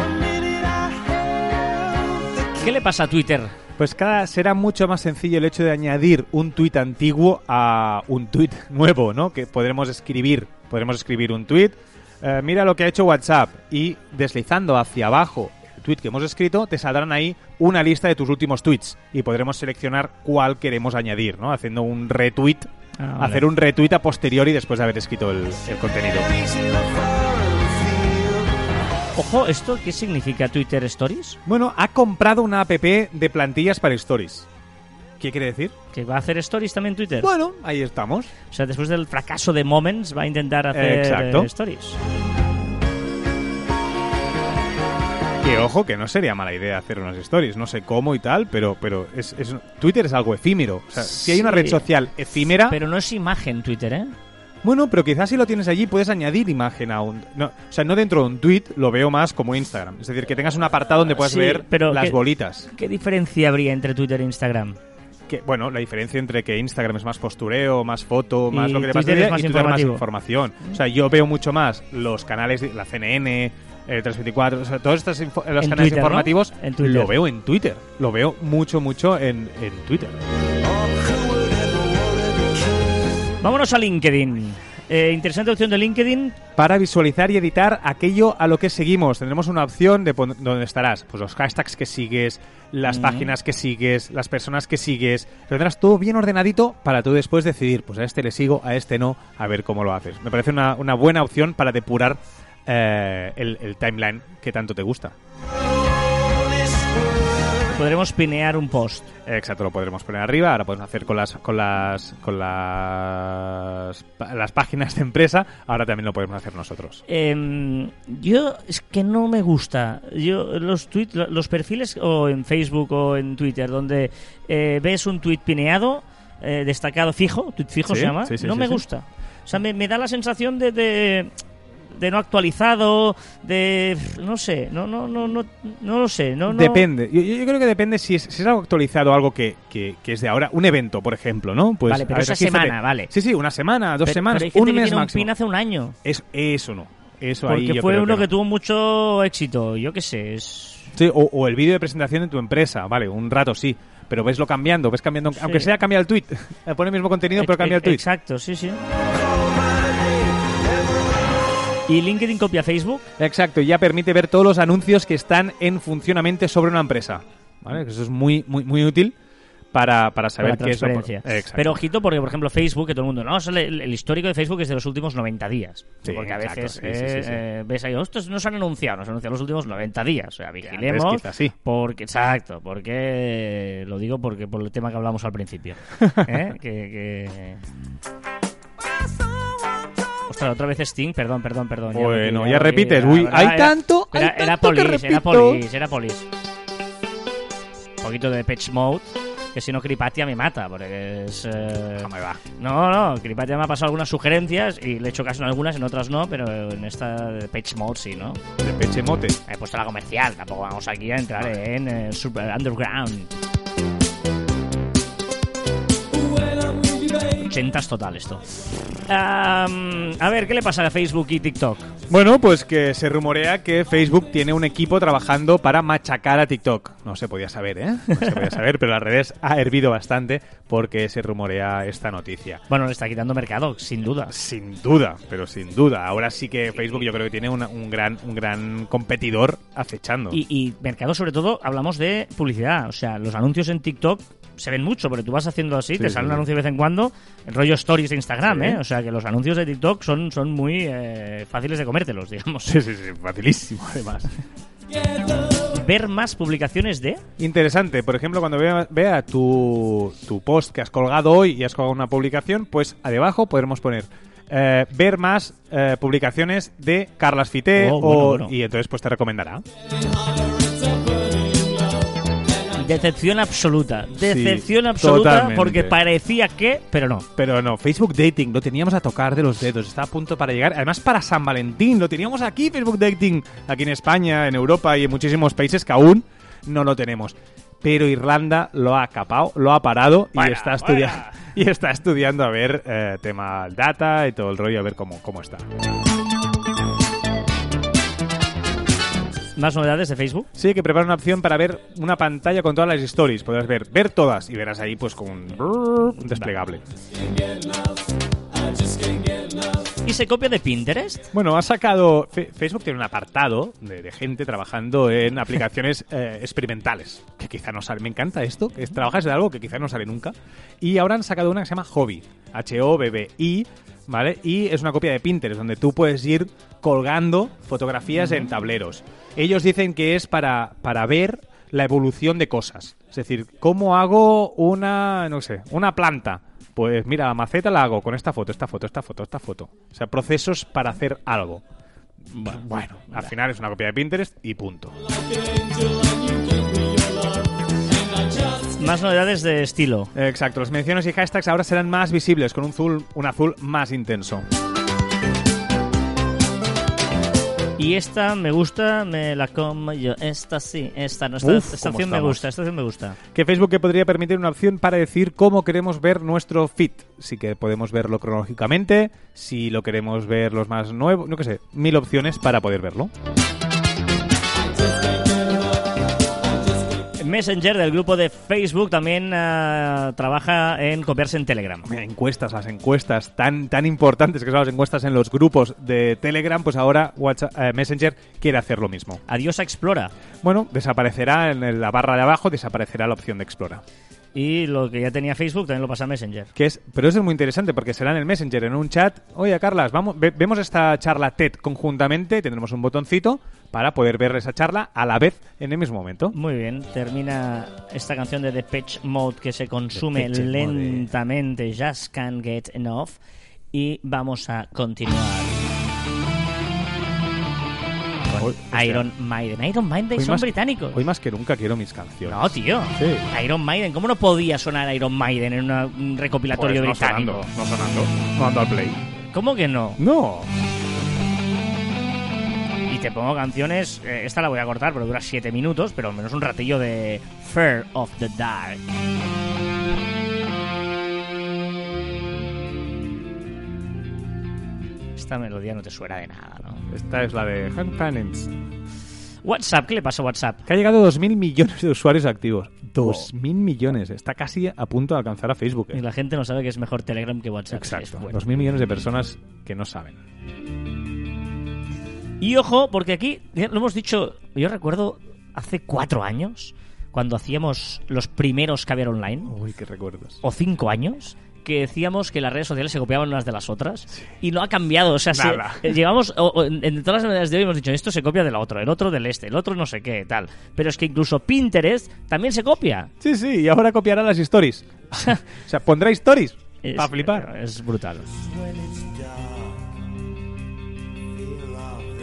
¿Qué le pasa a Twitter? Pues será mucho más sencillo el hecho de añadir un tuit antiguo a un tuit nuevo, ¿no? Que podremos escribir un tuit. Mira lo que ha hecho WhatsApp, y deslizando hacia abajo tweet que hemos escrito, te saldrán ahí una lista de tus últimos tweets y podremos seleccionar cuál queremos añadir, ¿no? Haciendo un retweet, vale. Hacer un retweet a posteriori después de haber escrito el contenido. Ojo, ¿esto qué significa Twitter Stories? Bueno, ha comprado una app de plantillas para Stories. ¿Qué quiere decir? ¿Que va a hacer Stories también Twitter? Bueno, ahí estamos. O sea, después del fracaso de Moments va a intentar hacer Stories. Que ojo, que no sería mala idea hacer unas stories, no sé cómo y tal, pero Twitter es algo efímero. O sea, si hay una red social efímera... Pero no es imagen Twitter, ¿eh? Bueno, pero quizás si lo tienes allí puedes añadir imagen a un... No, o sea, no dentro de un tweet, lo veo más como Instagram. Es decir, que tengas un apartado donde puedas ver las bolitas. ¿Qué diferencia habría entre Twitter e Instagram? Bueno, la diferencia entre que Instagram es más postureo, más foto, más lo que te pasa, Twitter es más y Twitter más información. O sea, yo veo mucho más los canales de la CNN, 324, o sea, todos estos los canales Twitter, informativos, ¿no? lo veo en Twitter. Lo veo mucho en Twitter. Vámonos a LinkedIn. Interesante opción de LinkedIn. Para visualizar y editar aquello a lo que seguimos. Tendremos una opción de donde estarás. Pues los hashtags que sigues, las páginas que sigues, las personas que sigues. Lo tendrás todo bien ordenadito para tú después decidir, pues a este le sigo, a este no, a ver cómo lo haces. Me parece una buena opción para depurar el timeline que tanto te gusta. Podremos pinear un post. Exacto, lo podremos poner arriba. Ahora podemos hacer con las páginas de empresa. Ahora también lo podemos hacer nosotros. Yo es que no me gusta. Yo los tweets, los perfiles o en Facebook o en Twitter donde ves un tweet pineado, destacado fijo, tweet fijo se llama, no me gusta. O sea, me da la sensación de no actualizado, de no sé, no lo sé, no. Depende. Yo creo que depende si es algo actualizado, algo que es de ahora, un evento, por ejemplo, ¿no? Pues vale, pero esa semana, vale. Sí, una semana, dos semanas, pero hay gente un mes que tiene máximo. Un pin hace un año. Eso no. Eso porque ahí yo fue creo uno que tuvo mucho éxito, yo qué sé. Sí, o el vídeo de presentación de tu empresa, vale, un rato sí. Pero ves cambiando, sí. Aunque sea cambia el tweet, pone el mismo contenido, pero cambia el tweet. Exacto, sí. ¿Y LinkedIn copia Facebook? Exacto, y ya permite ver todos los anuncios que están en funcionamiento sobre una empresa. ¿Vale? Eso es muy, muy, muy útil para saber qué es lo... Exacto. Pero ojito, porque por ejemplo Facebook, que todo el mundo... No, el histórico de Facebook es de los últimos 90 días. Sí, porque a veces sí. ves ahí, estos no se han anunciado los últimos 90 días. O sea, vigilemos. Antes, quizás, sí. Porque lo digo por el tema que hablamos al principio. Ostras, otra vez Sting, perdón. Bueno, ya repites. Uy, hay tanto. Era Police. Un poquito de Depeche Mode, que si no Cripatia me mata, porque es... No me va. No, Cripatia me ha pasado algunas sugerencias y le he hecho caso en algunas, en otras no, pero en esta de Depeche Mode sí, ¿no? Depeche Mode. He puesto la comercial, tampoco vamos aquí a entrar en Super Underground. 80s total esto. A ver, ¿qué le pasa a Facebook y TikTok? Bueno, pues que se rumorea que Facebook tiene un equipo trabajando para machacar a TikTok. No se podía saber, ¿eh? No se podía saber, pero las redes ha hervido bastante porque se rumorea esta noticia. Bueno, le está quitando mercado, sin duda. Sin duda, pero sin duda. Ahora sí que Facebook yo creo que tiene un gran competidor acechando. Y mercado, sobre todo, hablamos de publicidad. O sea, los anuncios en TikTok se ven mucho, porque tú vas haciendo así, te sale un anuncio de vez en cuando, el rollo stories de Instagram, Sí. O sea, que los anuncios de TikTok son muy fáciles de comértelos, digamos. Sí, facilísimo además. Ver más publicaciones de... Interesante, por ejemplo, cuando vea tu post que has colgado hoy y has colgado una publicación, pues debajo podremos poner ver más publicaciones de Carlas Fité bueno. y entonces pues te recomendará. Decepción absoluta. Decepción Sí, absoluta totalmente. porque parecía que... Pero no. Pero no, Facebook Dating lo teníamos a tocar de los dedos, está a punto para llegar. Además, para San Valentín, lo teníamos aquí, Facebook Dating, aquí en España, en Europa y en muchísimos países que aún no lo tenemos. Pero Irlanda lo ha capado, lo ha parado y está estudiando a ver tema data y todo el rollo, a ver cómo está. ¿Más novedades de Facebook? Sí, que prepara una opción para ver una pantalla con todas las stories. Podrás ver todas y verás ahí pues con un desplegable. ¿Y se copia de Pinterest? Bueno, ha sacado... Facebook tiene un apartado de gente trabajando en aplicaciones experimentales, que quizá no sale. Me encanta esto, que trabajas de algo que quizá no sale nunca. Y ahora han sacado una que se llama Hobby, Hobby, ¿vale? Y es una copia de Pinterest, donde tú puedes ir colgando fotografías en tableros. Ellos dicen que es para ver la evolución de cosas. Es decir, ¿cómo hago una planta? Pues mira, la maceta la hago con esta foto. O sea, procesos para hacer algo. Bueno, al final es una copia de Pinterest y punto. Más novedades de estilo. Exacto, las menciones y hashtags ahora serán más visibles, con un azul más intenso. Y esta me gusta, me la como yo. Esta sí, esta no. Esta opción me gusta, Que Facebook que podría permitir una opción para decir cómo queremos ver nuestro feed. Sí que podemos verlo cronológicamente, si lo queremos ver los más nuevos, no que sé, 1000 opciones para poder verlo. Messenger del grupo de Facebook también trabaja en copiarse en Telegram. Las encuestas tan importantes que son las encuestas en los grupos de Telegram, pues ahora Messenger quiere hacer lo mismo. Adiós a Explora. Bueno, desaparecerá en la barra de abajo, desaparecerá la opción de Explora. Y lo que ya tenía Facebook también lo pasa a Messenger. Pero eso es muy interesante porque será en el Messenger, en un chat. Oye, Carlas, vemos esta charla TED conjuntamente, tendremos un botoncito para poder ver esa charla a la vez en el mismo momento. Muy bien, termina esta canción de Depeche Mode que se consume lentamente, Just Can't Get Enough, y vamos a continuar. Iron Maiden son británicicos. Hoy más que nunca quiero mis canciones. No, tío. Sí. Iron Maiden, ¿cómo no podía sonar Iron Maiden en un recopilatorio Pues británico? No sonando, no ando al play. ¿Cómo que no? No. Y te pongo canciones, esta la voy a cortar, pero dura 7 minutos, pero al menos un ratillo de Fear of the Dark. Esta melodía no te suena de nada, ¿no? Esta es la de Hank Pennants. WhatsApp, ¿qué le pasa a WhatsApp? Que ha llegado a 2.000 millones de usuarios activos. 2.000 millones. Está casi a punto de alcanzar a Facebook. Y la gente no sabe que es mejor Telegram que WhatsApp. Exacto. Bueno. 2.000 millones de personas que no saben. Y ojo, porque aquí, lo hemos dicho, yo recuerdo hace 4 años, cuando hacíamos los primeros Caviar Online. Uy, qué recuerdos. O 5 años, que decíamos que las redes sociales se copiaban unas de las otras. Sí. Y no ha cambiado. O sea, llegamos, en todas las novedades de hoy hemos dicho, esto se copia del otro, el otro del el otro no sé qué, tal. Pero es que incluso Pinterest también se copia. Sí, y ahora copiará las stories. O sea, pondrá stories para flipar. Es brutal.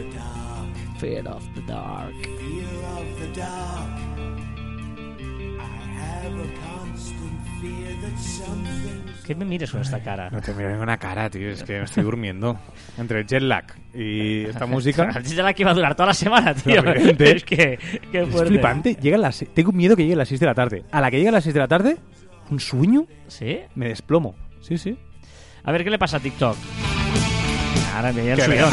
Fear of the dark. ¿Qué me mires con esta cara? No te mires con una cara, tío. Es que me estoy durmiendo. Entre el jet lag y esta música... El jet lag que va a durar toda la semana, tío. Realmente. Es que... Qué Es fuerte. flipante. Tengo miedo que llegue a las 6 de la tarde. A la que llegue a las 6 de la tarde, un sueño, ¿Sí? me desplomo. Sí, sí. A ver, ¿qué le pasa a TikTok? Ahora me llega el Que subidón.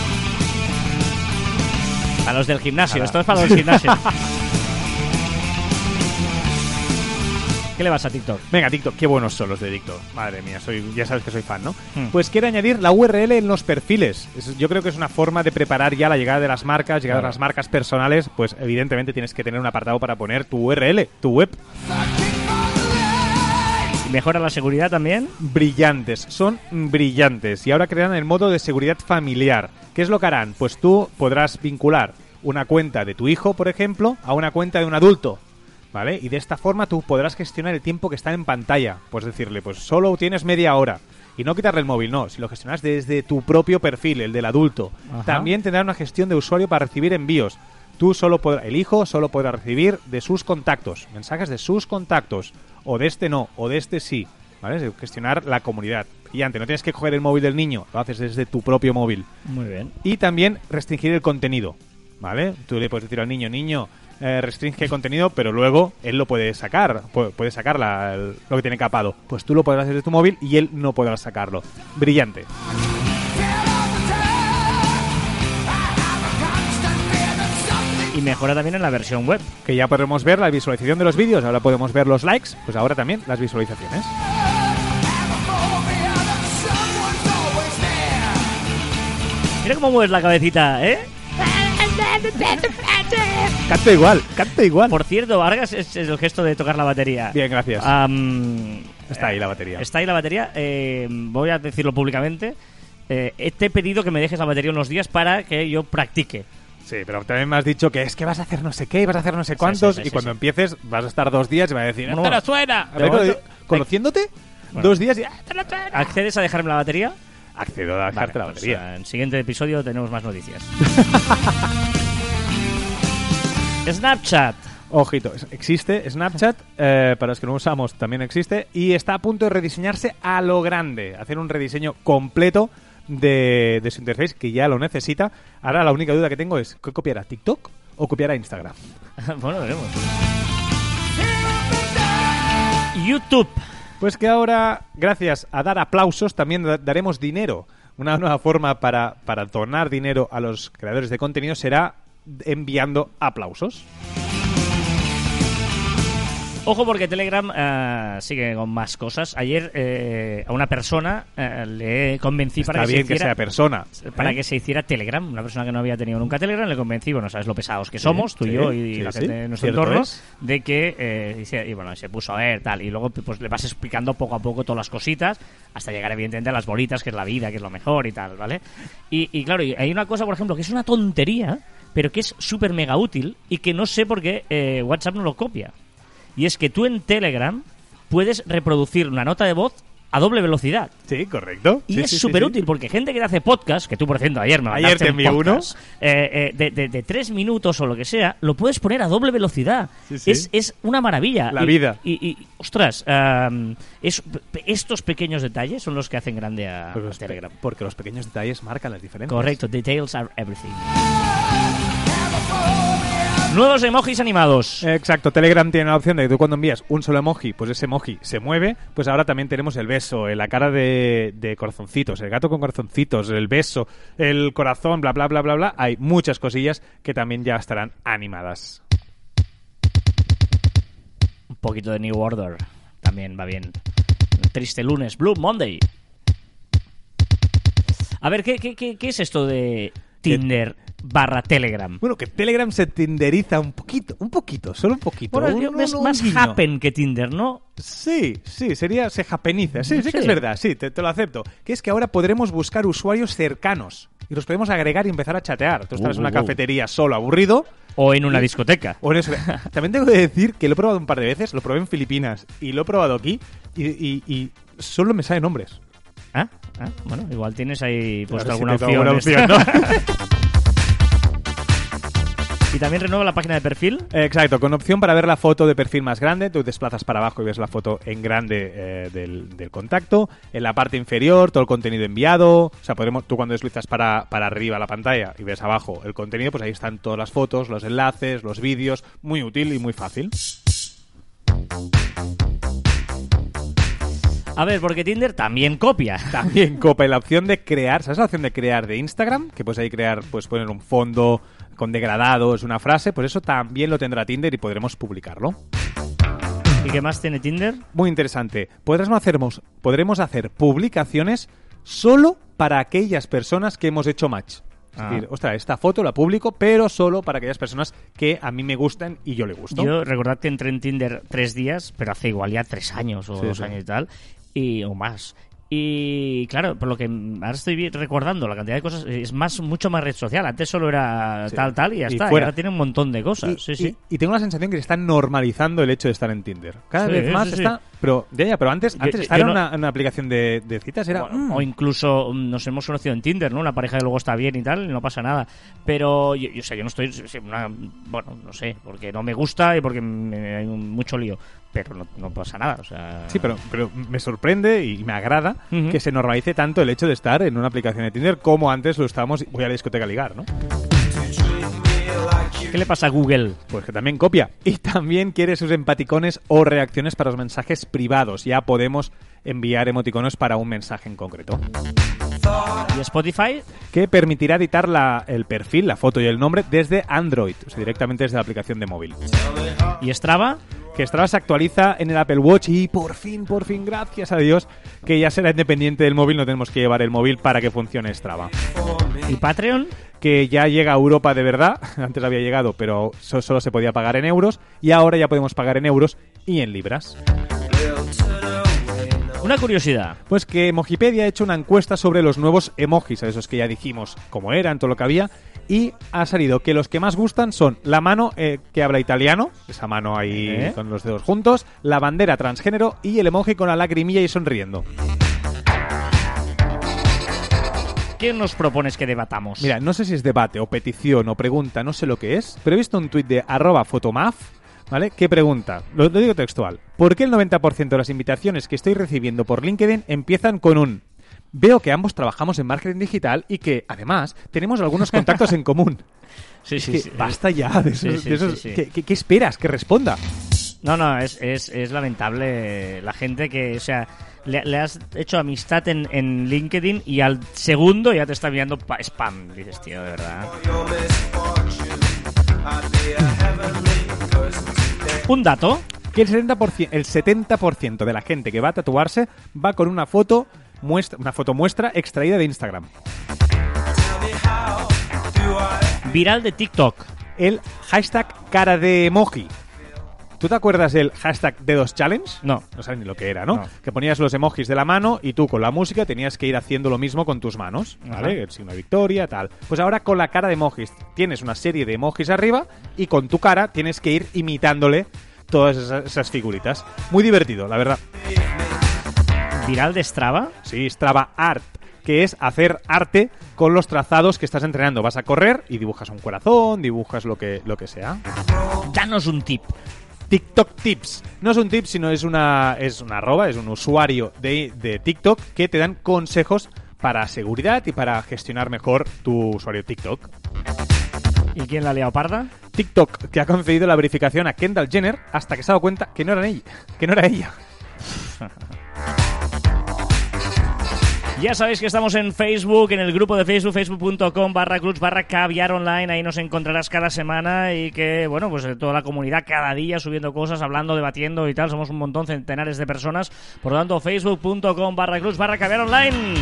Para los del gimnasio. Esto es para los del gimnasio. ¿Qué le vas a TikTok? Venga, TikTok, qué buenos son los de TikTok. Madre mía, ya sabes que soy fan, ¿no? Pues quiere añadir la URL en los perfiles. Yo creo que es una forma de preparar ya la llegada de las marcas, llegada de las marcas personales. Pues evidentemente tienes que tener un apartado para poner tu URL, tu web. ¿Mejora la seguridad también? Brillantes, son brillantes. Y ahora crean el modo de seguridad familiar. ¿Qué es lo que harán? Pues tú podrás vincular una cuenta de tu hijo, por ejemplo, a una cuenta de un adulto. ¿Vale? Y de esta forma tú podrás gestionar el tiempo que está en pantalla. Puedes decirle, pues solo tienes media hora. Y no quitarle el móvil, no. Si lo gestionas desde tu propio perfil, el del adulto. Ajá. También tendrá una gestión de usuario para recibir envíos. El hijo solo podrá recibir de sus contactos. Mensajes de sus contactos. O de este no, o de este sí. ¿Vale? Es gestionar la comunidad. Brillante, no tienes que coger el móvil del niño. Lo haces desde tu propio móvil. Muy bien. Y también restringir el contenido. ¿Vale? Tú le puedes decir al niño, restringe el contenido, pero luego él lo puede sacar, puede sacar lo que tiene capado. Pues tú lo podrás hacer desde tu móvil y él no podrá sacarlo. Brillante. Y mejora también en la versión web. Que ya podremos ver la visualización de los vídeos, ahora podemos ver los likes, pues ahora también las visualizaciones. Mira cómo mueves la cabecita, ¿eh? Canta igual. Por cierto, ahora es el gesto de tocar la batería. Bien, gracias. Está ahí la batería. Está ahí la batería. Voy a decirlo públicamente. Te he pedido que me dejes la batería unos días para que yo practique. Sí, pero también me has dicho que es que vas a hacer no sé qué, vas a hacer no sé cuántos, sí, y cuando empieces vas a estar 2 días y vas a decir, Bueno, ¡no te lo suena! de momento- ¿Conociéndote? Bueno. 2 días y ¡te lo suena! ¿Accedes a dejarme la batería? Accedo a dejarte la Pues, batería. en el siguiente episodio tenemos más noticias. Snapchat. Ojito, existe Snapchat, para los que no usamos también existe, y está a punto de rediseñarse a lo grande, hacer un rediseño completo de su interface, que ya lo necesita. Ahora la única duda que tengo es, ¿qué copiará? ¿TikTok o copiará Instagram? Bueno, veremos. YouTube. Pues que ahora, gracias a dar aplausos, también daremos dinero. Una nueva forma para donar dinero a los creadores de contenido será enviando aplausos. Ojo porque Telegram sigue con más cosas. Ayer a una persona le convencí Está para que bien se hiciera, que sea persona. para que se hiciera Telegram. Una persona que no había tenido nunca Telegram, le convencí, bueno, sabes lo pesados que somos, tú y yo y la gente de nuestro cierto entorno, es. de que y bueno, se puso a ver tal, y luego pues le vas explicando poco a poco todas las cositas hasta llegar evidentemente a las bolitas, que es la vida, que es lo mejor y tal, ¿vale? Y claro, y hay una cosa, por ejemplo, que es una tontería, pero que es súper mega útil y que no sé por qué WhatsApp no lo copia. Y es que tú en Telegram puedes reproducir una nota de voz a doble velocidad. Sí, correcto. Y Sí, es sí, súper sí, útil porque gente que hace podcast, que tú por ejemplo ayer me mandaste Ayer te un envié podcast, de 3 minutos o lo que sea, lo puedes poner a doble velocidad. Sí, sí. Es una maravilla. La vida. Y ostras, estos pequeños detalles son los que hacen grande a Pues Telegram. porque los pequeños detalles marcan las diferencias. Correcto, details are everything. Nuevos emojis animados. Exacto, Telegram tiene la opción de que tú cuando envías un solo emoji, pues ese emoji se mueve. Pues ahora también tenemos el beso, la cara de corazoncitos, el gato con corazoncitos, el beso, el corazón, bla, bla, bla, bla, bla. Hay muchas cosillas que también ya estarán animadas. Un poquito de New Order también va bien. Triste lunes, Blue Monday. A ver, ¿qué es esto de Tinder / Telegram? Bueno, que Telegram se tinderiza un poquito, solo un poquito. Bueno, es más guiño. happen que Tinder, ¿no? Sí, se japeniza. Sí, Sí. que es verdad, sí, te lo acepto. Que es que ahora podremos buscar usuarios cercanos y los podemos agregar y empezar a chatear. Tú estás en una cafetería solo, aburrido. O en una discoteca. O en eso. También tengo que decir que lo he probado un par de veces, lo probé en Filipinas y lo he probado aquí y solo me salen nombres. Bueno, igual tienes ahí puesto A ver si alguna tengo opción. alguna opción, ¿no? ¿Y también renueva la página de perfil? Exacto, con opción para ver la foto de perfil más grande. Tú desplazas para abajo y ves la foto en grande del contacto. En la parte inferior, todo el contenido enviado. O sea, tú cuando deslizas para arriba la pantalla y ves abajo el contenido, pues ahí están todas las fotos, los enlaces, los vídeos. Muy útil y muy fácil. A ver, porque Tinder también copia. También copia la opción de crear. ¿Sabes la opción de crear de Instagram? Que puedes ahí crear, puedes poner un fondo con degradados, una frase. Pues eso también lo tendrá Tinder y podremos publicarlo. ¿Y qué más tiene Tinder? Muy interesante. Podremos hacer publicaciones solo para aquellas personas que hemos hecho match. Es decir, ostras, esta foto la publico, pero solo para aquellas personas que a mí me gustan y yo le gusto. Yo recordad que entré en Tinder 3 días, pero hace igual ya 3 años o 2 años y tal, o más. Y claro, por lo que ahora estoy recordando la cantidad de cosas, es mucho más red social. Antes solo era tal y ya está. Y ahora tiene un montón de cosas. Y tengo la sensación que se está normalizando el hecho de estar en Tinder. Cada vez más está... Pero antes estar en una aplicación de citas era... Bueno, o incluso nos hemos conocido en Tinder, ¿no? Una pareja que luego está bien y tal, y no pasa nada. Pero yo no estoy... bueno, no sé, porque no me gusta y porque hay mucho lío. Pero no pasa nada, o sea... Sí, pero me sorprende y me agrada que se normalice tanto el hecho de estar en una aplicación de Tinder como antes lo estábamos... Voy a la discoteca a ligar, ¿no? ¿Qué le pasa a Google? Pues que también copia. Y también quiere sus empaticones o reacciones para los mensajes privados. Ya podemos enviar emoticonos para un mensaje en concreto. ¿Y Spotify? Que permitirá editar el perfil, la foto y el nombre desde Android, o sea, directamente desde la aplicación de móvil. ¿Y Strava? Que Strava se actualiza en el Apple Watch y por fin, gracias a Dios, que ya será independiente del móvil, no tenemos que llevar el móvil para que funcione Strava. ¿Y Patreon? Que ya llega a Europa de verdad, antes había llegado, pero solo se podía pagar en euros, y ahora ya podemos pagar en euros y en libras. Una curiosidad. Pues que Emojipedia ha hecho una encuesta sobre los nuevos emojis, a esos que ya dijimos cómo eran, todo lo que había, y ha salido que los que más gustan son la mano que habla italiano, esa mano ahí con los dedos juntos, la bandera transgénero y el emoji con la lagrimilla y sonriendo. ¿Qué nos propones que debatamos? Mira, no sé si es debate o petición o pregunta, no sé lo que es, pero he visto un tuit de @fotomaf, ¿vale? Que pregunta, lo digo textual, ¿por qué el 90% de las invitaciones que estoy recibiendo por LinkedIn empiezan con un veo que ambos trabajamos en marketing digital y que, además, tenemos algunos contactos en común? Sí. Basta ya de esos. Sí. ¿Qué esperas? Que responda. No, es lamentable la gente que, o sea, le has hecho amistad en LinkedIn y al segundo ya te está enviando spam. Dices, tío, de verdad. Un dato. Que el 70% de la gente que va a tatuarse va con una foto muestra extraída de Instagram. Viral de TikTok. El hashtag cara de emoji. ¿Tú te acuerdas del hashtag Dedos Challenge? No. No sabes ni lo que era, ¿no? Que ponías los emojis de la mano y tú con la música tenías que ir haciendo lo mismo con tus manos, ¿vale? El signo de victoria, tal. Pues ahora con la cara de emojis tienes una serie de emojis arriba y con tu cara tienes que ir imitándole todas esas figuritas. Muy divertido, la verdad. ¿Viral de Strava? Sí, Strava Art, que es hacer arte con los trazados que estás entrenando. Vas a correr y dibujas un corazón, dibujas lo que sea. Danos un tip. TikTok Tips. No es un tip, sino es un usuario de TikTok que te dan consejos para seguridad y para gestionar mejor tu usuario TikTok. ¿Y quién la ha liado parda? TikTok, que ha concedido la verificación a Kendall Jenner hasta que se ha dado cuenta que no era ella. Ya sabéis que estamos en Facebook, en el grupo de Facebook, facebook.com/clubs/caviar online. Ahí nos encontrarás cada semana y que, bueno, pues toda la comunidad cada día subiendo cosas, hablando, debatiendo y tal. Somos un montón, centenares de personas. Por lo tanto, facebook.com/clubs/caviar online.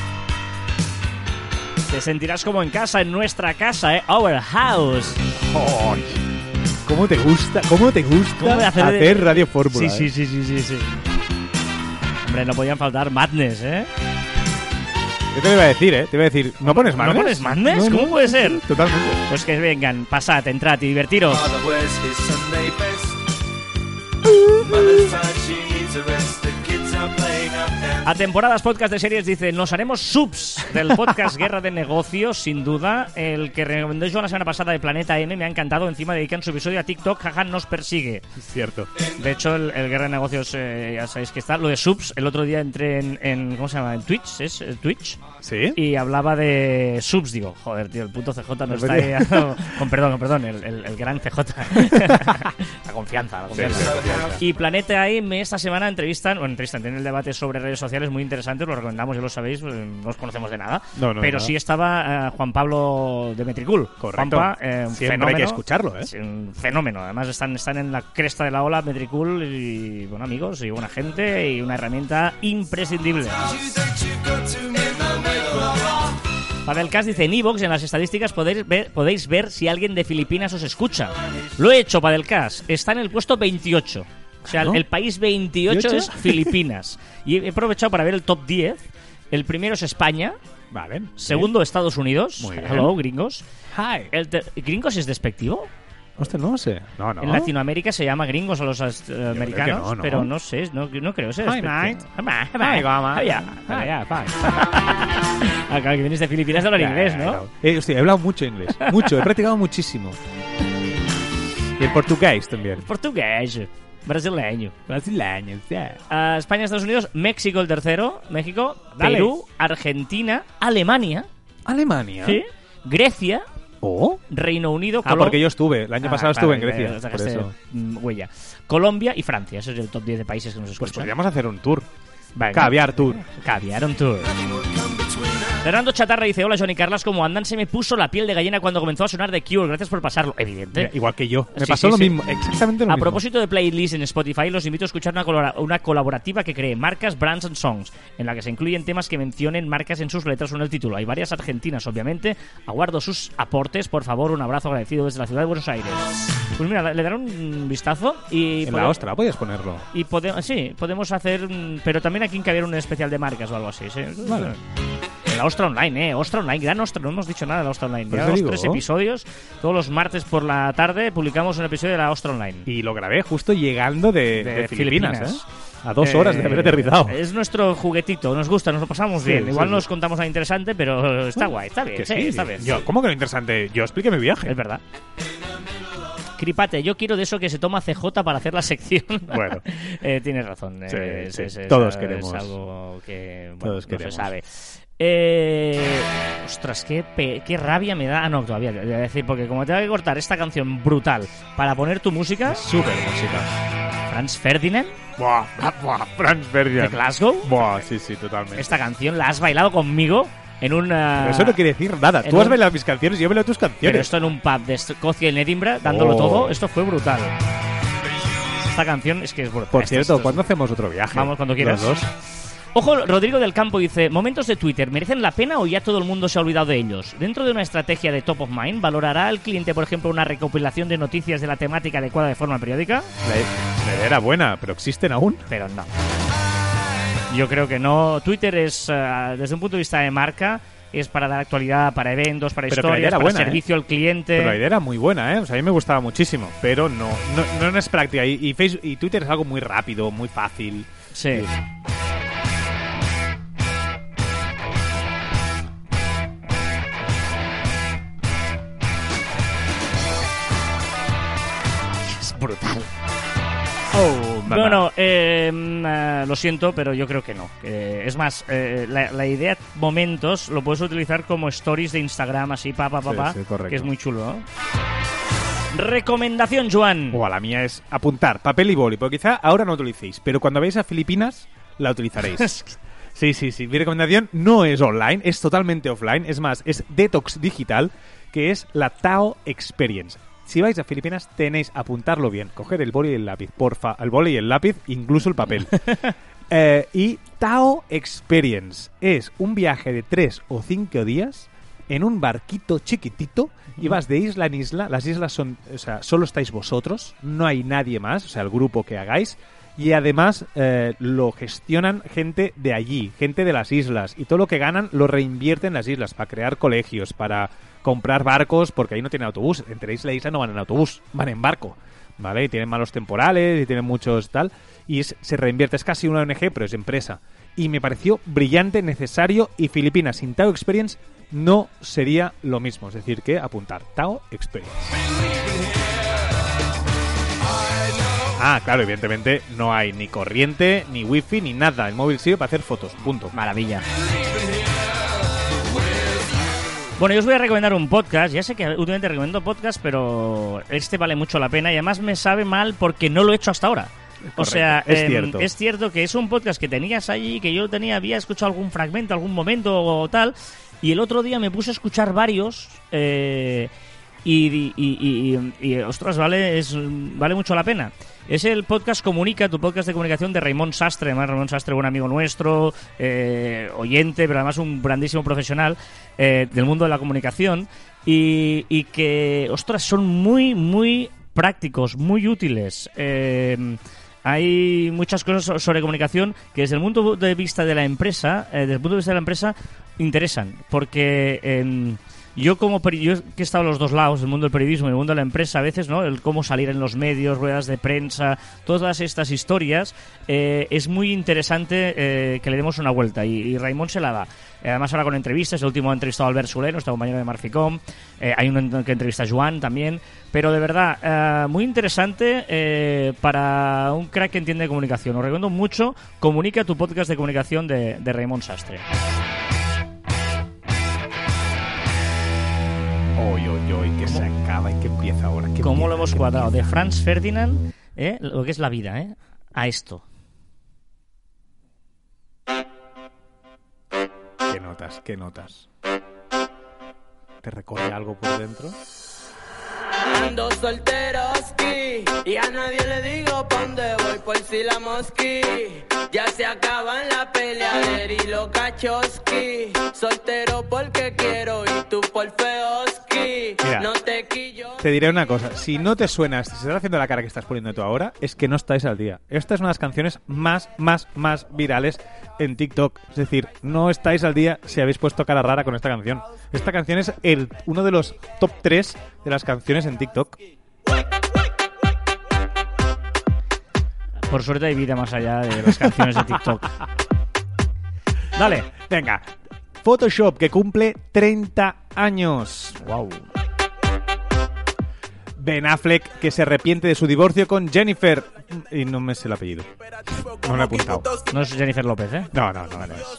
Te sentirás como en casa, en nuestra casa, Our House. Oh, ¿Cómo te gusta hacer Radio Fórmula? Sí. Hombre, no podían faltar Madness, Yo te lo iba a decir, ¿no pones Madness? ¿No pones Madness? ¿Cómo puede ser? Totalmente. Pues que vengan, pasad, entrad y divertiros. A temporadas podcast de series dice: nos haremos subs del podcast Guerra de Negocios, sin duda. El que recomendó yo la semana pasada de Planeta M me ha encantado. Encima dedican su episodio a TikTok. Jaja, nos persigue. Es cierto. De hecho, el Guerra de Negocios, ya sabéis que está. Lo de subs, el otro día entré en ¿cómo se llama? En Twitch, ¿es? Twitch. ¿Sí? Y hablaba de subs. Digo, joder, tío, el puto CJ no está ahí. Con perdón, el gran CJ. La confianza. Sí. Y Planeta M esta semana tienen el debate sobre redes sociales muy interesantes, lo recomendamos, ya lo sabéis, no os conocemos de nada, pero sí estaba Juan Pablo de Metricool. Correcto. Juanpa, un siempre fenómeno, hay que escucharlo, ¿eh? Un fenómeno, además están en la cresta de la ola Metricool y bueno, amigos y buena gente y una herramienta imprescindible. Padelcast dice: en iVoox, en las estadísticas podéis ver si alguien de Filipinas os escucha. Lo he hecho, Padelcast, está en el puesto 28. O sea, ¿no? El país 28 es Filipinas. Y he aprovechado para ver el top 10. El primero es España. Vale. Segundo, sí. Estados Unidos. Muy bien. Hello, gringos. Hi. ¿Gringos es despectivo? Hostia, no sé. No. En Latinoamérica se llama gringos a los americanos, no. Pero no sé, no creo que sea despectivo. Claro, que vienes de Filipinas de hablar inglés, ¿no? Hostia, he hablado mucho inglés. Mucho, he practicado muchísimo. Y el portugués también. Portugués. Brasileño, sí. España, Estados Unidos, México el tercero, México, Dale. Perú, Argentina, Alemania, ¿Sí? Grecia, ¿Oh? Reino Unido, porque yo estuve, el año pasado estuve en Grecia, por eso. Huella. Colombia y Francia, ese es el top 10 de países que nos escuchan. Pues podríamos hacer un tour. Venga. Caviar tour. Caviar un tour. Fernando Chatarra dice: hola Johnny Carlas, ¿cómo andan? Se me puso la piel de gallina cuando comenzó a sonar The Cure. Gracias por pasarlo. Evidente. Mira, igual que yo. Me pasó lo mismo. Exactamente lo mismo. A propósito de playlist en Spotify, los invito a escuchar una colaborativa que cree Marcas, Brands and Songs, en la que se incluyen temas que mencionen marcas en sus letras o en el título. Hay varias argentinas, obviamente. Aguardo sus aportes. Por favor, un abrazo agradecido desde la ciudad de Buenos Aires. Pues mira, le daré un vistazo y... En la ostra, podías ponerlo. Y podemos hacer... Pero también aquí caber un especial de marcas o algo así, ¿sí? Vale. En la Ostra Online, Ostra Online, gran Ostra, no hemos dicho nada de la Ostra Online. Pues Llevamos 3 episodios, todos los martes por la tarde publicamos un episodio de la Ostra Online. Y lo grabé justo llegando de Filipinas. A 2 horas de haber aterrizado. Es nuestro juguetito, nos gusta, nos lo pasamos bien. Igual no os contamos nada interesante, pero está guay, está bien. Sí, está bien. ¿Cómo que lo interesante? Yo expliqué mi viaje. Es verdad. Cripate, yo quiero de eso que se toma CJ para hacer la sección. Bueno. Tienes razón. Sí. Todos queremos. Es algo que Todos no queremos. se sabe. Ostras, qué rabia me da. No, todavía te voy a decir, porque como tengo que cortar esta canción brutal para poner tu música. Súper música. Franz Ferdinand. Buah, Franz Ferdinand. ¿De Glasgow? Buah, sí, totalmente. Esta canción la has bailado conmigo en una... Pero eso no quiere decir nada. Tú has bailado mis canciones y yo bailado tus canciones. Pero esto en un pub de Escocia en Edinburgh, dándolo todo, esto fue brutal. Esta canción es que es brutal. Por cierto, ¿cuándo hacemos otro viaje? Vamos, cuando quieras. Los dos. Ojo, Rodrigo del Campo dice: ¿momentos de Twitter merecen la pena o ya todo el mundo se ha olvidado de ellos? Dentro de una estrategia de top of mind, ¿valorará el cliente, por ejemplo, una recopilación de noticias de la temática adecuada de forma periódica? La idea era buena, pero ¿existen aún? Pero no. Yo creo que no. Twitter es, desde un punto de vista de marca, es para dar actualidad, para eventos, para historias, para buena, servicio al cliente. Pero la idea era muy buena, ¿eh? O sea, a mí me gustaba muchísimo, pero no es práctica. Y Facebook y Twitter es algo muy rápido, muy fácil. Sí. Es brutal. Bueno, lo siento, pero yo creo que no. Es más, la idea momentos lo puedes utilizar como stories de Instagram, así, Sí, que es muy chulo, ¿no? Recomendación, Joan. La mía es apuntar papel y boli, porque quizá ahora no lo utilicéis, pero cuando vayáis a Filipinas la utilizaréis. Sí. Mi recomendación no es online, es totalmente offline. Es más, es detox digital, que es la Tao Experience. Si vais a Filipinas tenéis que apuntarlo bien. Coger el boli y el lápiz, porfa. El boli y el lápiz, incluso el papel. Y Tao Experience es un viaje de 3 o 5 días en un barquito chiquitito y vas de isla en isla. Las islas son, o sea, solo estáis vosotros, no hay nadie más, o sea, el grupo que hagáis. Y además lo gestionan gente de allí, gente de las islas. Y todo lo que ganan lo reinvierten en las islas para crear colegios, para comprar barcos, porque ahí no tienen autobús. Entre isla e isla no van en autobús, van en barco. ¿vale? Y tienen malos temporales y tienen muchos tal. Y se reinvierte. Es casi una ONG, pero es empresa. Y me pareció brillante, necesario. Y Filipinas sin Tao Experience no sería lo mismo. Es decir, que apuntar Tao Experience. Ah, claro, evidentemente no hay ni corriente, ni wifi, ni nada. El móvil sirve para hacer fotos, punto. Maravilla. Bueno, yo os voy a recomendar un podcast. Ya sé que últimamente recomiendo podcast, pero este vale mucho la pena y además me sabe mal porque no lo he hecho hasta ahora. Correcto. O sea, es cierto que es un podcast que tenías allí, que yo había escuchado algún fragmento, algún momento o tal, y el otro día me puse a escuchar varios y ostras, vale mucho la pena. Es el podcast Comunica, tu podcast de comunicación de Raimon Sastre. Además, Raimon Sastre, buen amigo nuestro, oyente, pero además un grandísimo profesional del mundo de la comunicación. Y que, ostras, son muy, muy prácticos, muy útiles. Hay muchas cosas sobre comunicación que desde el punto de vista de la empresa, interesan. Porque yo que he estado en los dos lados, el mundo del periodismo y el mundo de la empresa, a veces, ¿no? El cómo salir en los medios, ruedas de prensa, todas estas historias, es muy interesante que le demos una vuelta y Raimon se la da. Además ahora con entrevistas, el último ha entrevistado a Albert Soler, nuestro compañero de Marficom, hay uno que entrevista a Joan también, pero de verdad, muy interesante para un crack que entiende de comunicación. Os recomiendo mucho, Comunica, tu podcast de comunicación de Raimon Sastre. Que se acaba y que empieza ahora. ¿Cómo lo hemos cuadrado? De Franz Ferdinand, lo que es la vida, a esto. ¿Qué notas? ¿Te recorre algo por dentro? Ando solteroski y a nadie le digo pa' dónde voy por si la mosqui. Ya se acaban la peleadera y los cachoski. Soltero porque quiero y tú por feoski. Mira, no te quillo. Te diré una cosa, si no te suena, si se está haciendo la cara que estás poniendo tú ahora, es que no estáis al día. Esta es una de las canciones más virales en TikTok. Es decir, no estáis al día si habéis puesto cara rara con esta canción. Esta canción es uno de los top 3 de las canciones en TikTok. Por suerte hay vida más allá de las canciones de TikTok. Dale, venga. Photoshop, que cumple 30 años. Wow. Ben Affleck, que se arrepiente de su divorcio con Jennifer. Y no me sé el apellido. No lo he apuntado. No es Jennifer López, ¿eh? No es.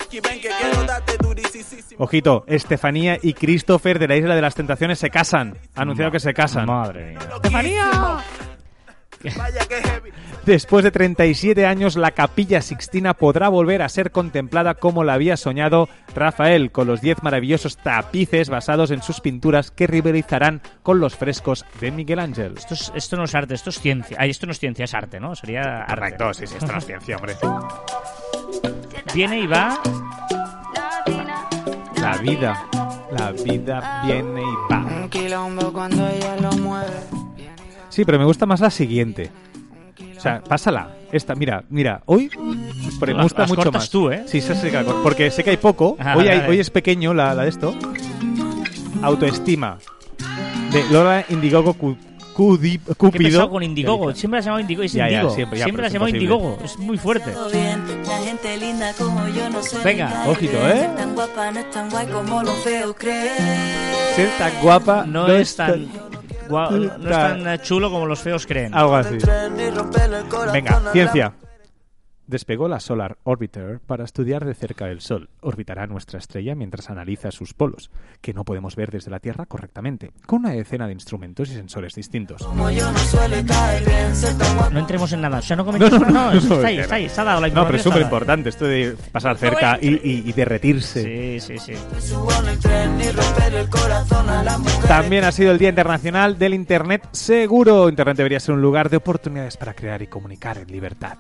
Ojito, Estefanía y Christopher de la Isla de las Tentaciones se casan. Ha anunciado que se casan. Madre mía. ¡Estefanía! Después de 37 años, la Capilla Sixtina podrá volver a ser contemplada como la había soñado Rafael, con los 10 maravillosos tapices basados en sus pinturas que rivalizarán con los frescos de Miguel Ángel. Esto no es arte, esto es ciencia. Esto no es ciencia, es arte, ¿no? Sería arte. Correcto, sí, esto no es ciencia, hombre. Viene y va. La vida viene y va. Un quilombo cuando ella lo mueve. Sí, pero me gusta más la siguiente. O sea, pásala. Esta, mira, hoy me gusta mucho más. Tú, ¿eh? Sí, porque sé que hay poco. Hoy es pequeño la de esto. Autoestima. De Lola Indiegogo Cupido. ¿Qué pesado con Indiegogo? Siempre la has llamado Indiegogo. Es Indigo. Siempre la has llamado Indiegogo. Es muy fuerte. Venga. Ojito, ¿eh? Ser tan guapa no es tan guay como los feos creen. Ser tan guapa no es tan... no es tan chulo como los feos creen. Algo así. Venga, ciencia. Despegó la Solar Orbiter para estudiar de cerca el Sol. Orbitará nuestra estrella mientras analiza sus polos, que no podemos ver desde la Tierra correctamente, con una decena de instrumentos y sensores distintos. No entremos en nada. O sea, no comentemos nada. Está ahí. Está dado la información. No, pero es súper importante esto de pasar cerca y derretirse. Sí. También ha sido el Día Internacional del Internet Seguro. Internet debería ser un lugar de oportunidades para crear y comunicar en libertad.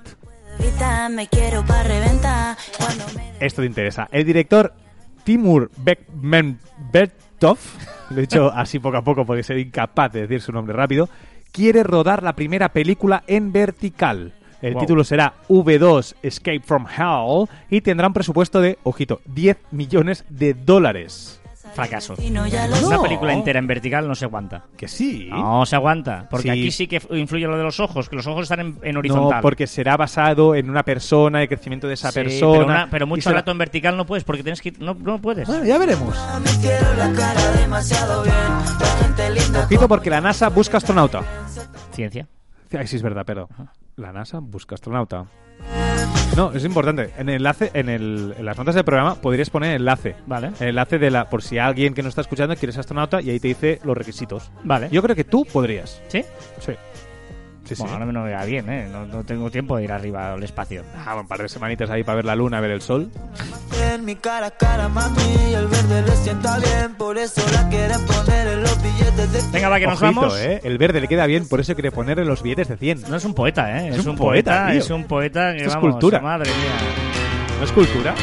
Esto te interesa. El director Timur Bekmambetov, lo he dicho así poco a poco porque soy incapaz de decir su nombre rápido, quiere rodar la primera película en vertical. El título será V2 Escape from Hell y tendrá un presupuesto de, ojito, $10 millones. fracaso. No. Una película entera en vertical no se aguanta. Que sí. No se aguanta, porque Sí. aquí sí que influye lo de los ojos, que los ojos están en horizontal. No, porque será basado en una persona, el crecimiento de esa Sí, persona. pero y mucho será- rato en vertical no puedes, porque tienes que no puedes. Bueno, ya veremos. Me quiero la cara demasiado bien. La gente linda. Ojito, porque la NASA busca astronauta. Ciencia. Ay, sí, es verdad, pero la NASA busca astronauta. No, es importante. En el enlace, en las notas del programa podrías poner enlace. Vale. El enlace por si alguien que no está escuchando quiere ser astronauta y ahí te dice los requisitos. Vale. Yo creo que tú podrías. ¿Sí? Sí. Sí, Bueno, ahora me no me va bien, ¿eh? No tengo tiempo de ir arriba al espacio. Un par de semanitas ahí para ver la luna, ver el sol. En mi cara, mami, y el verde le sienta bien. Por eso la quieren poner en los billetes de... Venga, va, que nos Ojito, vamos. El verde le queda bien, por eso quiere ponerle los billetes de 100. No es un poeta, ¿eh? Es un poeta, tío. Es un poeta que, Esto es vamos, cultura. madre mía. ¿No es cultura?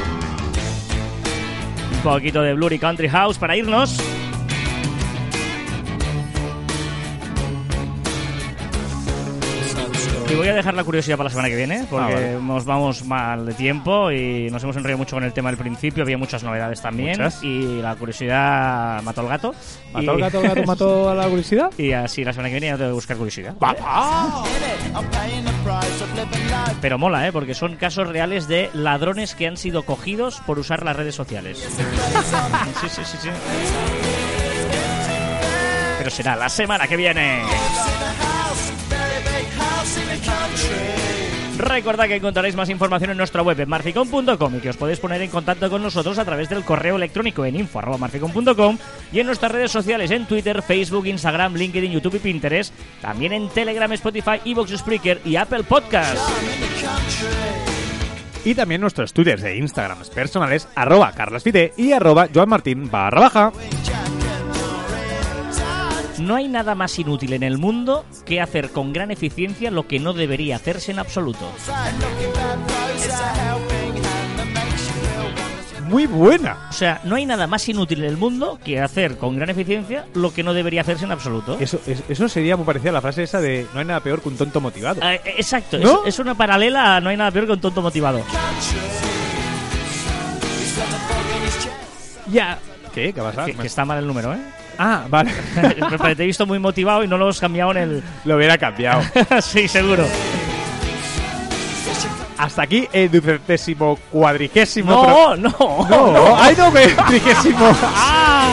Un poquito de Blur y Country House para irnos. Y voy a dejar la curiosidad para la semana que viene, porque vale. nos vamos mal de tiempo y nos hemos enrollado mucho con el tema del principio, había muchas novedades también. Muchas. Y la curiosidad mató al gato. ¿Mató al gato, el gato mató a la curiosidad? Y así la semana que viene ya tengo que buscar curiosidad. Pero mola, ¿eh? Porque son casos reales de ladrones que han sido cogidos por usar las redes sociales. Sí. Pero será la semana que viene. Recordad que encontraréis más información en nuestra web en marficon.com y que os podéis poner en contacto con nosotros a través del correo electrónico en info@marficon.com y en nuestras redes sociales en Twitter, Facebook, Instagram, LinkedIn, YouTube y Pinterest. También en Telegram, Spotify, iVoox, Spreaker y Apple Podcast. Y también nuestros twitters e instagrams personales @carlasfite y @joanmartin_. No hay nada más inútil en el mundo que hacer con gran eficiencia lo que no debería hacerse en absoluto. Muy buena. O sea, no hay nada más inútil en el mundo que hacer con gran eficiencia lo que no debería hacerse en absoluto. Eso sería muy parecido a la frase esa de no hay nada peor que un tonto motivado. Exacto, ¿No? es una paralela a no hay nada peor que un tonto motivado. Ya. ¿Qué? ¿Qué pasa? Que está mal el número, ¿eh? Ah, vale. Te he visto muy motivado y no lo has cambiado en el... Lo hubiera cambiado. Sí, seguro. Hasta aquí el 240º. No. No. ¡Ay, no! 30º. ¡Ah!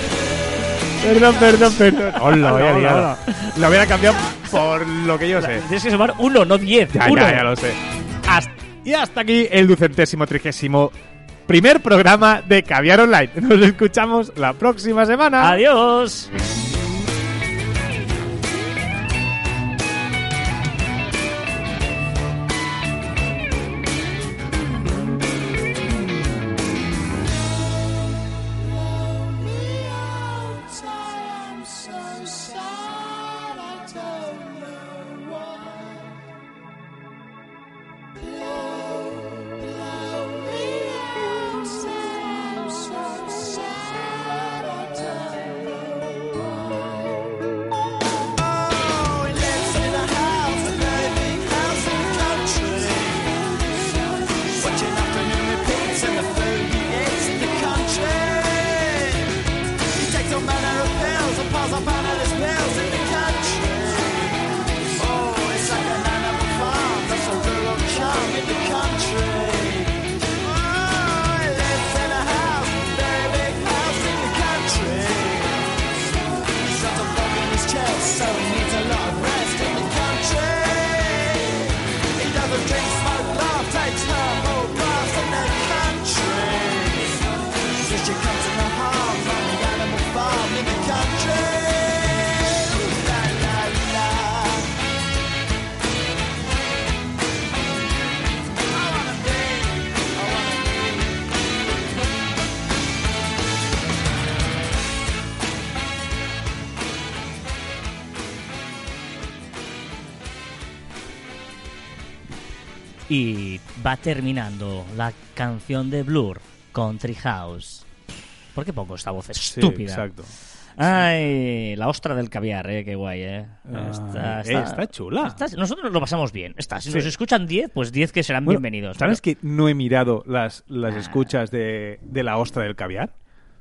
Perdón. Hola, Hola. Lo hubiera cambiado por lo que yo sé. Tienes que sumar 1, no 10. Ya lo sé. Y hasta aquí el 230º primer programa de Caviar Online. Nos escuchamos la próxima semana. Adiós. Y va terminando la canción de Blur, Country House. ¿Por qué pongo esta voz estúpida? Sí, exacto. Ay, la ostra del caviar, qué guay, Está chula. Nosotros lo pasamos bien. Si nos escuchan 10, pues 10 que serán bienvenidos. ¿Sabes que no he mirado las escuchas de la ostra del caviar?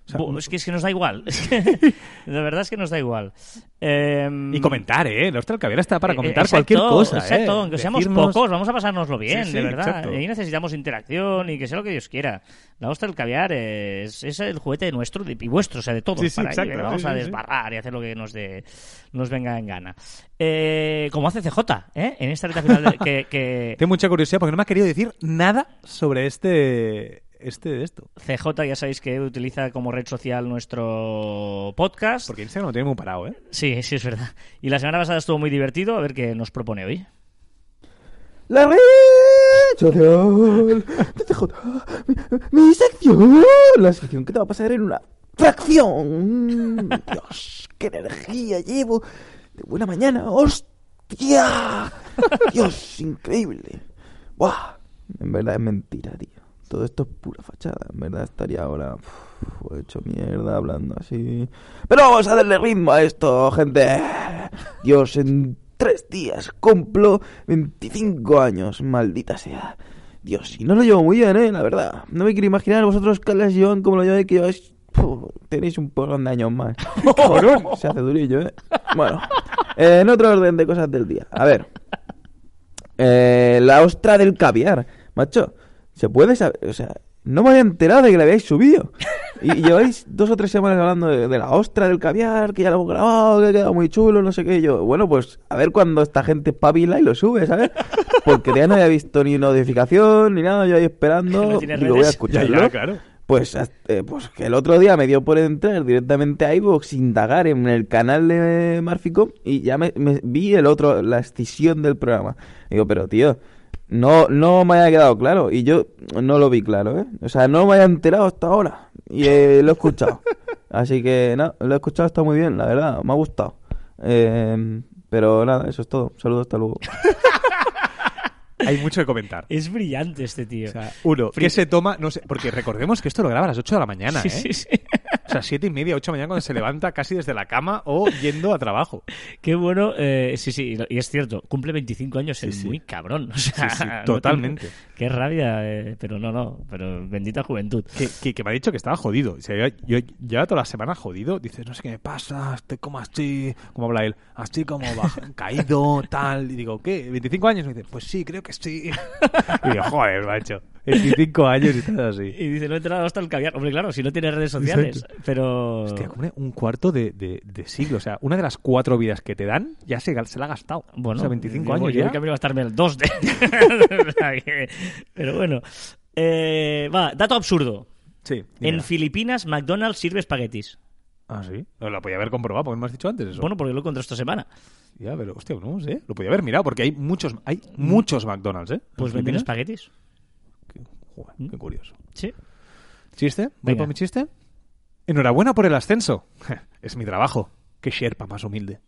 O sea, Es que nos da igual. De verdad es que nos da igual. Y comentar, el Ostra del Caviar está para comentar exacto, cualquier cosa. Exacto, aunque seamos pocos, vamos a pasárnoslo bien, Sí, de verdad. exacto. Y necesitamos interacción y que sea lo que Dios quiera. La Ostra del Caviar es el juguete nuestro y vuestro, o sea, de todos. Sí, para exacto, ello, vamos sí, a sí. desbarrar y hacer lo que nos venga en gana. Como hace CJ, en esta recta final que Tengo mucha curiosidad porque no me ha querido decir nada sobre de esto. CJ, ya sabéis que utiliza como red social nuestro podcast. Porque Instagram lo tiene muy parado, Sí, es verdad. Y la semana pasada estuvo muy divertido. A ver qué nos propone hoy. La red social de CJ. Mi sección. La sección que te va a pasar en una fracción. Dios, qué energía llevo. De buena mañana. ¡Hostia! Dios, increíble. ¡Buah! En verdad es mentira, tío. Todo esto es pura fachada. En verdad estaría ahora hecho mierda hablando así. Pero vamos a darle ritmo a esto, gente. Dios, en 3 días cumplo 25 años. Maldita sea. Dios, y no lo llevo muy bien, la verdad. No me quiero imaginar vosotros, Carlos y Joan, como lo lleváis, que lleváis... tenéis un porrón de años más. Cabrón, se hace durillo, Bueno, en otro orden de cosas del día. A ver. La ostra del caviar. Macho, se puede saber... O sea, no me había enterado de que la habíais subido. Y lleváis 2 o 3 semanas hablando de la ostra del caviar, que ya lo hemos grabado, que ha quedado muy chulo, no sé qué. Y yo, bueno, pues a ver cuando esta gente espabila y lo sube, ¿sabes? Porque ya no había visto ni notificación ni nada, yo ahí esperando. No tiene Digo, redes. voy a escucharlo. Ya, claro. Pues que el otro día me dio por entrar directamente a iVoox, indagar en el canal de Marficom y ya me vi la escisión del programa. Digo, pero tío, no me haya quedado claro. Y yo no lo vi claro, O sea, no me haya enterado hasta ahora. Y lo he escuchado. Así que nada, lo he escuchado, está muy bien, la verdad, me ha gustado. Pero nada, eso es todo. Saludos, hasta luego. Hay mucho que comentar. Es brillante este tío. O sea, uno, ¿qué se toma? No sé, porque recordemos que esto lo graba a las 8 de la mañana, Sí, sí, sí. O sea, 7:30, 8 de la mañana cuando se levanta casi desde la cama o yendo a trabajo. Qué bueno. Sí, y es cierto. Cumple 25 años, es muy cabrón. O sea, Sí, no totalmente. tiene- Qué rabia, pero no. Pero bendita juventud. Que me ha dicho que estaba jodido. O sea, yo lleva toda la semana jodido. Dices, no sé qué me pasa, estoy como así. ¿Cómo habla él? Así como caído, tal. Y digo, ¿qué? ¿25 años? Y me dice, pues sí, creo que sí. Y digo, joder, macho. 25 años y todo así. Y dice, no he entrado hasta el caviar. Hombre, claro, si no tiene redes sociales. Exacto. Pero... Hostia, como un cuarto de siglo. O sea, una de las 4 vidas que te dan ya se la ha gastado. Bueno, o sea, 25 yo años yo ya. creo que va a estarme el 2 de... O sea que- Pero bueno. Dato absurdo. Sí. En Filipinas, McDonald's sirve espaguetis. Ah, sí. Lo podía haber comprobado, porque me has dicho antes eso. Bueno, porque lo encontré esta semana. Ya, pero hostia, no sé. Lo podía haber mirado, porque hay muchos McDonald's, ¿eh? Pues En venden Filipinas. espaguetis. Joder, qué curioso. Sí. ¿Chiste? ¿Voy Venga. por mi chiste? Enhorabuena por el ascenso. Es mi trabajo. Qué sherpa más humilde.